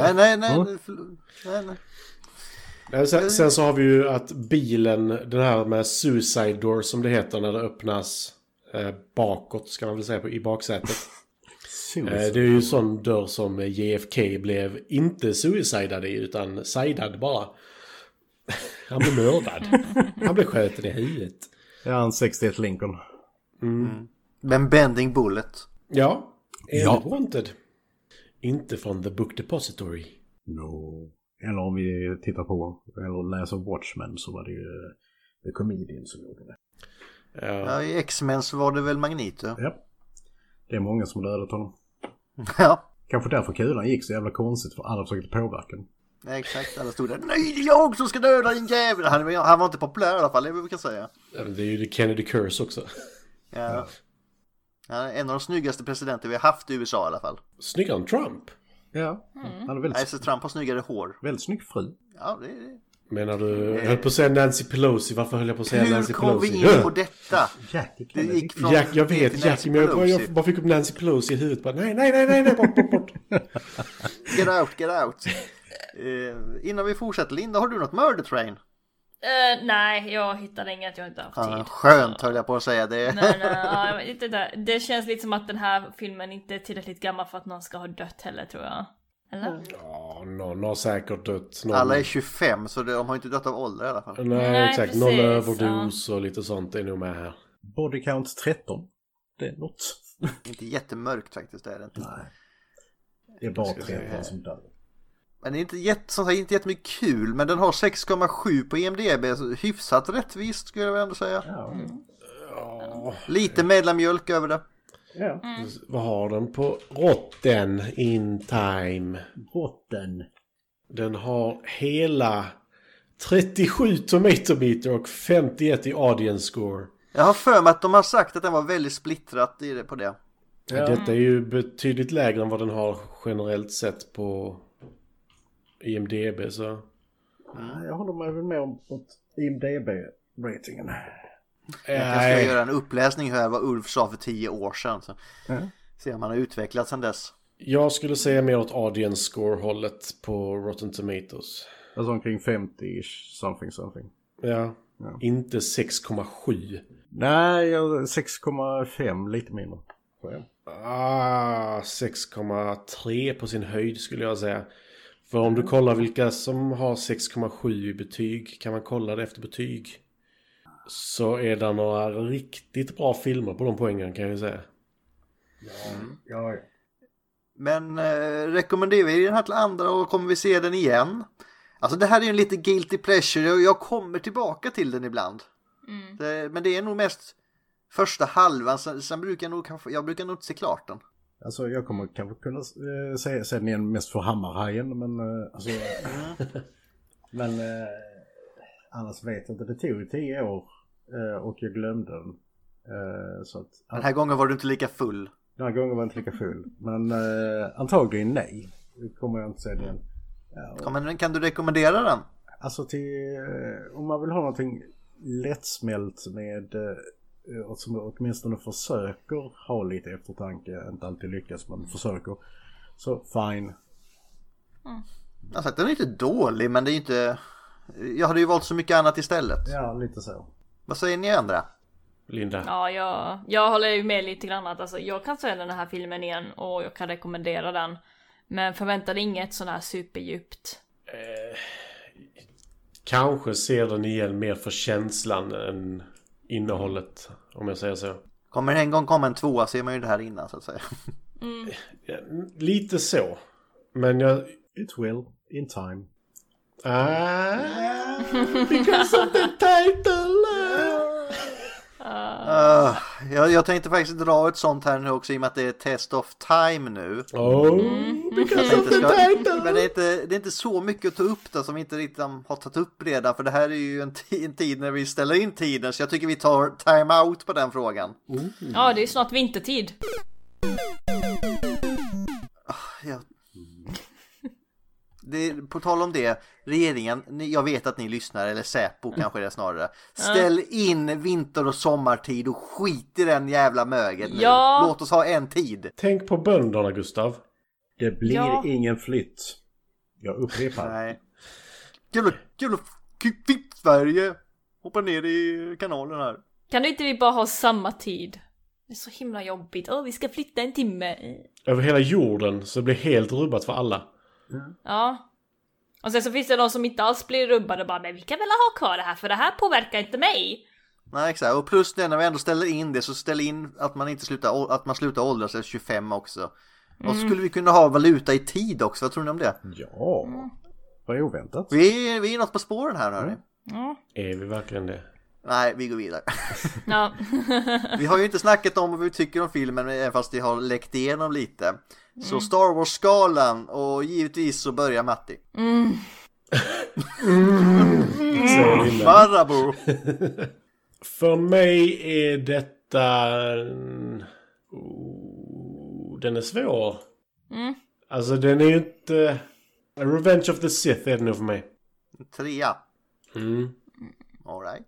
Nej. Sen så har vi ju att bilen, den här med suicide door som det heter när det öppnas bakåt, ska man väl säga, i baksätet. Det är ju sån dörr som JFK blev inte suicidad i, utan sidad bara. Han blev mördad. Han blev skjuten i huvudet. Ja, en 61 Lincoln. Men Bending Bullet. Ja, Wanted. Inte från The Book Depository. No. Eller om vi tittar på, eller läser Watchmen, så var det ju The Comedian som gjorde det. Ja, i X-Men så var det väl Magneto. Ja. Det är många som dödat honom. Ja. Kanske därför kulan gick så jävla konstigt, för alla försökte påverka den. Nej, exakt. Alla stod där. Nej, det är jag som ska döda din jävel. Han var inte populär i alla fall, det vi kan säga. Det är ju The Kennedy Curse också. Ja. Han är en av de snyggaste presidenter vi har haft i USA i alla fall. Snyggare än Trump? Ja. Han är väldigt... Nej, så Trump har snyggare hår. Väldigt snygg fru. Ja, det är det. Menar du, jag höll på att säga Nancy Pelosi, varför höll jag på att säga Nancy Pelosi? Hur kom vi in på detta? Det gick från jag vet, Jackie, men jag bara fick upp Nancy Pelosi i huvudet. Bara, nej, bort. Get out. Innan vi fortsätter, Linda, har du något Murder Train? Nej, jag hittade inget, jag har inte haft tid. Skönt höll jag på att säga det. Men inte där. Det känns lite som att den här filmen inte är tillräckligt gammal för att någon ska ha dött heller, tror jag. Eller? Ja, någon har säkert dött. Alla är 25, så de har inte dött av ålder i alla fall. Nej, exakt. Precis, någon överdos och lite sånt är nog med här. Body count 13. Det är något. Inte jättemörkt faktiskt, det är det inte. Nej. Det är bara 13 som dör. Men det är inte jättemycket kul, men den har 6,7 på IMDb, så hyfsat rättvist skulle jag ändå säga. Lite mellanmjölk över det. Ja. Vad har den på Rotten in Time? Rotten. Den har hela 37 tomato meter och 51 i audience score. Jag har för mig att de har sagt att den var väldigt splittrat på det. Ja. Detta är ju betydligt lägre än vad den har generellt sett på IMDb, så... Jag håller mig väl med om IMDb-ratingen. Jag ska göra en uppläsning här vad Ulf sa för 10 år sedan. Så ser om man har utvecklats sedan dess. Jag skulle säga mer åt audience score-hållet på Rotten Tomatoes. Alltså omkring 50-ish, something. Ja. Inte 6,7. Nej, 6,5, lite mindre. 6,3 på sin höjd skulle jag säga. För om du kollar vilka som har 6,7 i betyg, kan man kolla det efter betyg. Så är det några riktigt bra filmer på de poängen, kan jag säga. Ja. Men rekommenderar vi den här till andra och kommer vi se den igen? Alltså det här är ju en lite guilty pleasure och jag kommer tillbaka till den ibland. Men det är nog mest första halvan, sen brukar jag brukar nog inte se klart den. Alltså jag kommer kanske kunna se den igen mest för Hammarhajen, men alltså, men annars vet jag inte, det tog 10 år och jag glömde den. Så att, den här gången var du inte lika full. Den här gången var jag inte lika full, men antagligen nej. Kommer jag inte se den igen. Men kan du rekommendera den? Alltså om man vill ha någonting lättsmält med som åtminstone försöker ha lite eftertanke, inte alltid lyckas, men försöker, så fine. Alltså den är inte dålig, men det är inte, jag hade ju valt så mycket annat istället. Ja, lite så. Vad säger ni andra? Linda? Ja, jag håller ju med lite grann att alltså, jag kan se den här filmen igen och jag kan rekommendera den. Men förväntar inget sån här superdjupt. Kanske ser den igen mer för känslan än innehållet, om jag säger så. Kommer en gång komma en 2, ser man ju det här innan så att säga. Ja, lite så. Men It will, in time. Because of the title! Jag tänkte faktiskt dra ett sånt här nu också i och med att det är Test of Time nu. Because of the title! Men det är inte så mycket att ta upp det som vi inte riktigt har tagit upp redan. För det här är ju en tid när vi ställer in tiden. Så jag tycker vi tar time out på den frågan. Ja, det är snart vintertid. På tal om det, regeringen, jag vet att ni lyssnar, eller Säpo kanske det är snarare. Ställ in vinter- och sommartid och skit i den jävla möget nu. Låt oss ha en tid. Tänk på bönderna, Gustav. Det blir ingen flytt. Jag upprepar. Nej. Jävla fitt Sverige. Hoppa ner i kanalen här. Kan inte vi bara ha samma tid? Det är så himla jobbigt. Vi ska flytta en timme. Över hela jorden, så det blir helt rubbat för alla. Ja. Och sen så finns det de som inte alls blir rubbade. Bara, men vi kan väl ha kvar det här, för det här påverkar inte mig. Nej, exakt. Och plus det, när vi ändå ställer in det, så ställ in att man inte slutar åldras efter 25 också. Och så skulle vi kunna ha valuta i tid också. Vad tror ni om det? Ja, vad oväntat. Vi är något på spåren här, hörni. Är vi verkligen det? Nej, vi går vidare. Ja. Vi har ju inte snackat om vad vi tycker om filmen, även fast det har läckt igenom lite. Så Star Wars-skalan, och givetvis så börjar Matti. Marabou. För mig är detta... den är svår. Alltså den är ju inte... Revenge of the Sith är det nog för mig. 3. All right.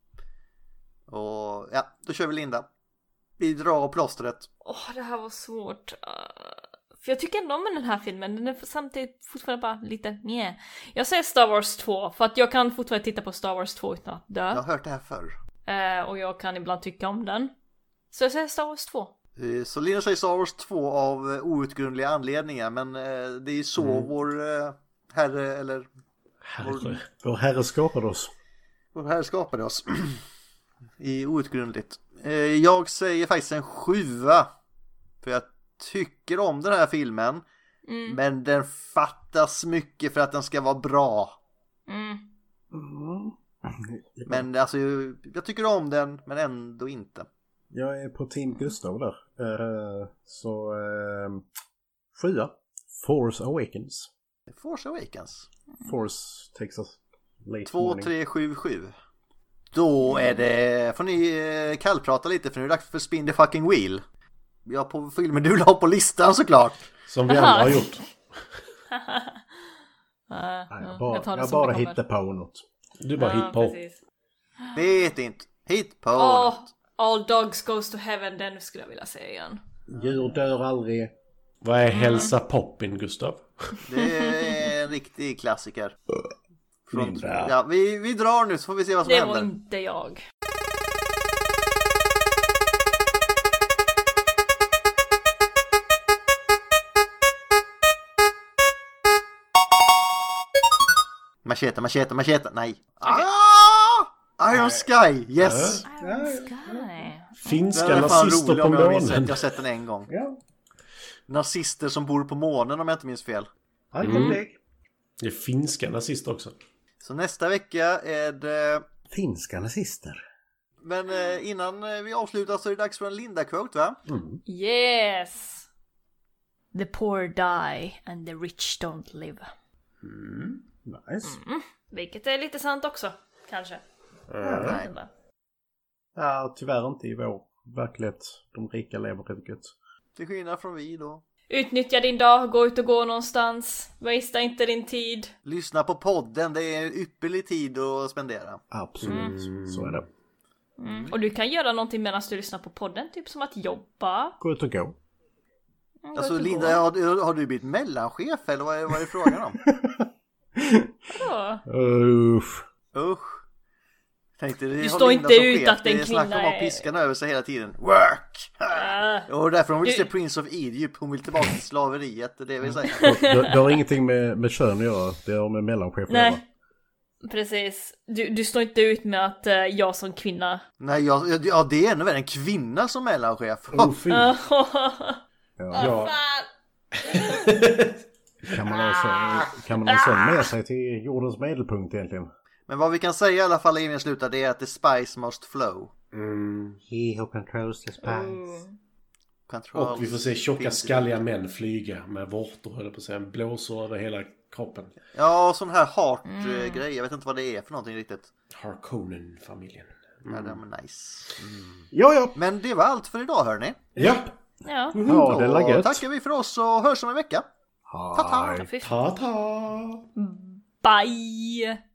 Och ja, då kör vi Linda. Vi drar plåstret. Det här var svårt. För jag tycker ändå om den här filmen. Den är samtidigt fortfarande bara lite meh. Jag säger Star Wars 2. För att jag kan fortfarande titta på Star Wars 2 utan att dö. Jag har hört det här förr. Och jag kan ibland tycka om den. Så jag säger Star Wars 2. Så Linda säger Star Wars 2 av outgrundliga anledningar. Men det är så vår herre, eller... Vår herre skapade oss. Vår herre skapade oss. I outgrundligt. Jag säger faktiskt en 7. För jag tycker om den här filmen. Men den fattas mycket för att den ska vara bra. Men alltså, jag tycker om den, men ändå inte. Jag är på Team Gustav där. Så 7. Force Awakens. Force Awakens. Force Texas late 2, 3, 7, 7. Då är det... Får ni kallprata lite, för nu är det dags för Spin the fucking wheel. Jag på filmen du la på listan såklart. Som vi alla har gjort. Jag bara hittar på något. Du bara hittar på. Vet inte. Hitt på något. All dogs goes to heaven, den skulle jag vilja säga igen. Djur dör aldrig. Vad är hälsa poppin, Gustav? Det är en riktig klassiker. Ja, vi drar nu så får vi se vad som händer. Det var inte jag. Machete. Nej. Iron Sky. Yes. Iron Sky. Finska nazister på månen. Jag har sett den en gång. Ja. Nazister som bor på månen, om jag inte minns fel. Det är finska nazister också. Så nästa vecka är det... Finska nazister. Men innan vi avslutar så är det dags för en Linda-quote, va? Yes. The poor die and the rich don't live. Nice. Vilket är lite sant också, kanske. Nej. Ja, tyvärr inte i vår verklighet. De rika lever rätt gött. Till skillnad från vi då. Utnyttja din dag, gå ut och gå någonstans. Wastea inte din tid. Lyssna på podden, det är ypperlig tid att spendera. Absolut, så är det. Och du kan göra någonting medan du lyssnar på podden, typ som att jobba. Gå ut och gå. Alltså Linda, har du blivit mellanchef eller vad är det frågan om? Usch. Tänkte, du står inte ut att en kvinna är... Det är snack om piskan över sig hela tiden. Work! Och därför hon vill se Prince of Egypt. Hon vill tillbaka till slaveriet. Det vill säga. Det har ingenting med kön att göra. Det har med mellanchef att göra. Precis. Du står inte ut med att jag som kvinna... Nej, det är ännu värre en kvinna som mellanchef. Ja. Kan man ha sån med sig till jordens medelpunkt egentligen? Men vad vi kan säga i alla fall innan jag slutar, det är att the spice must flow. He who controls the spice. Och vi får se tjocka skalliga män flyga med vårtor, eller på att säga, blåsor över hela kroppen. Ja, sån här grej. Jag vet inte vad det är för någonting riktigt. Harkonnen-familjen. Ja, det är nice. Ja. Men det var allt för idag, hörni. Ja. Ja, det är gött. Tackar vi för oss och hörs om en vecka. Ta-ta. Bye.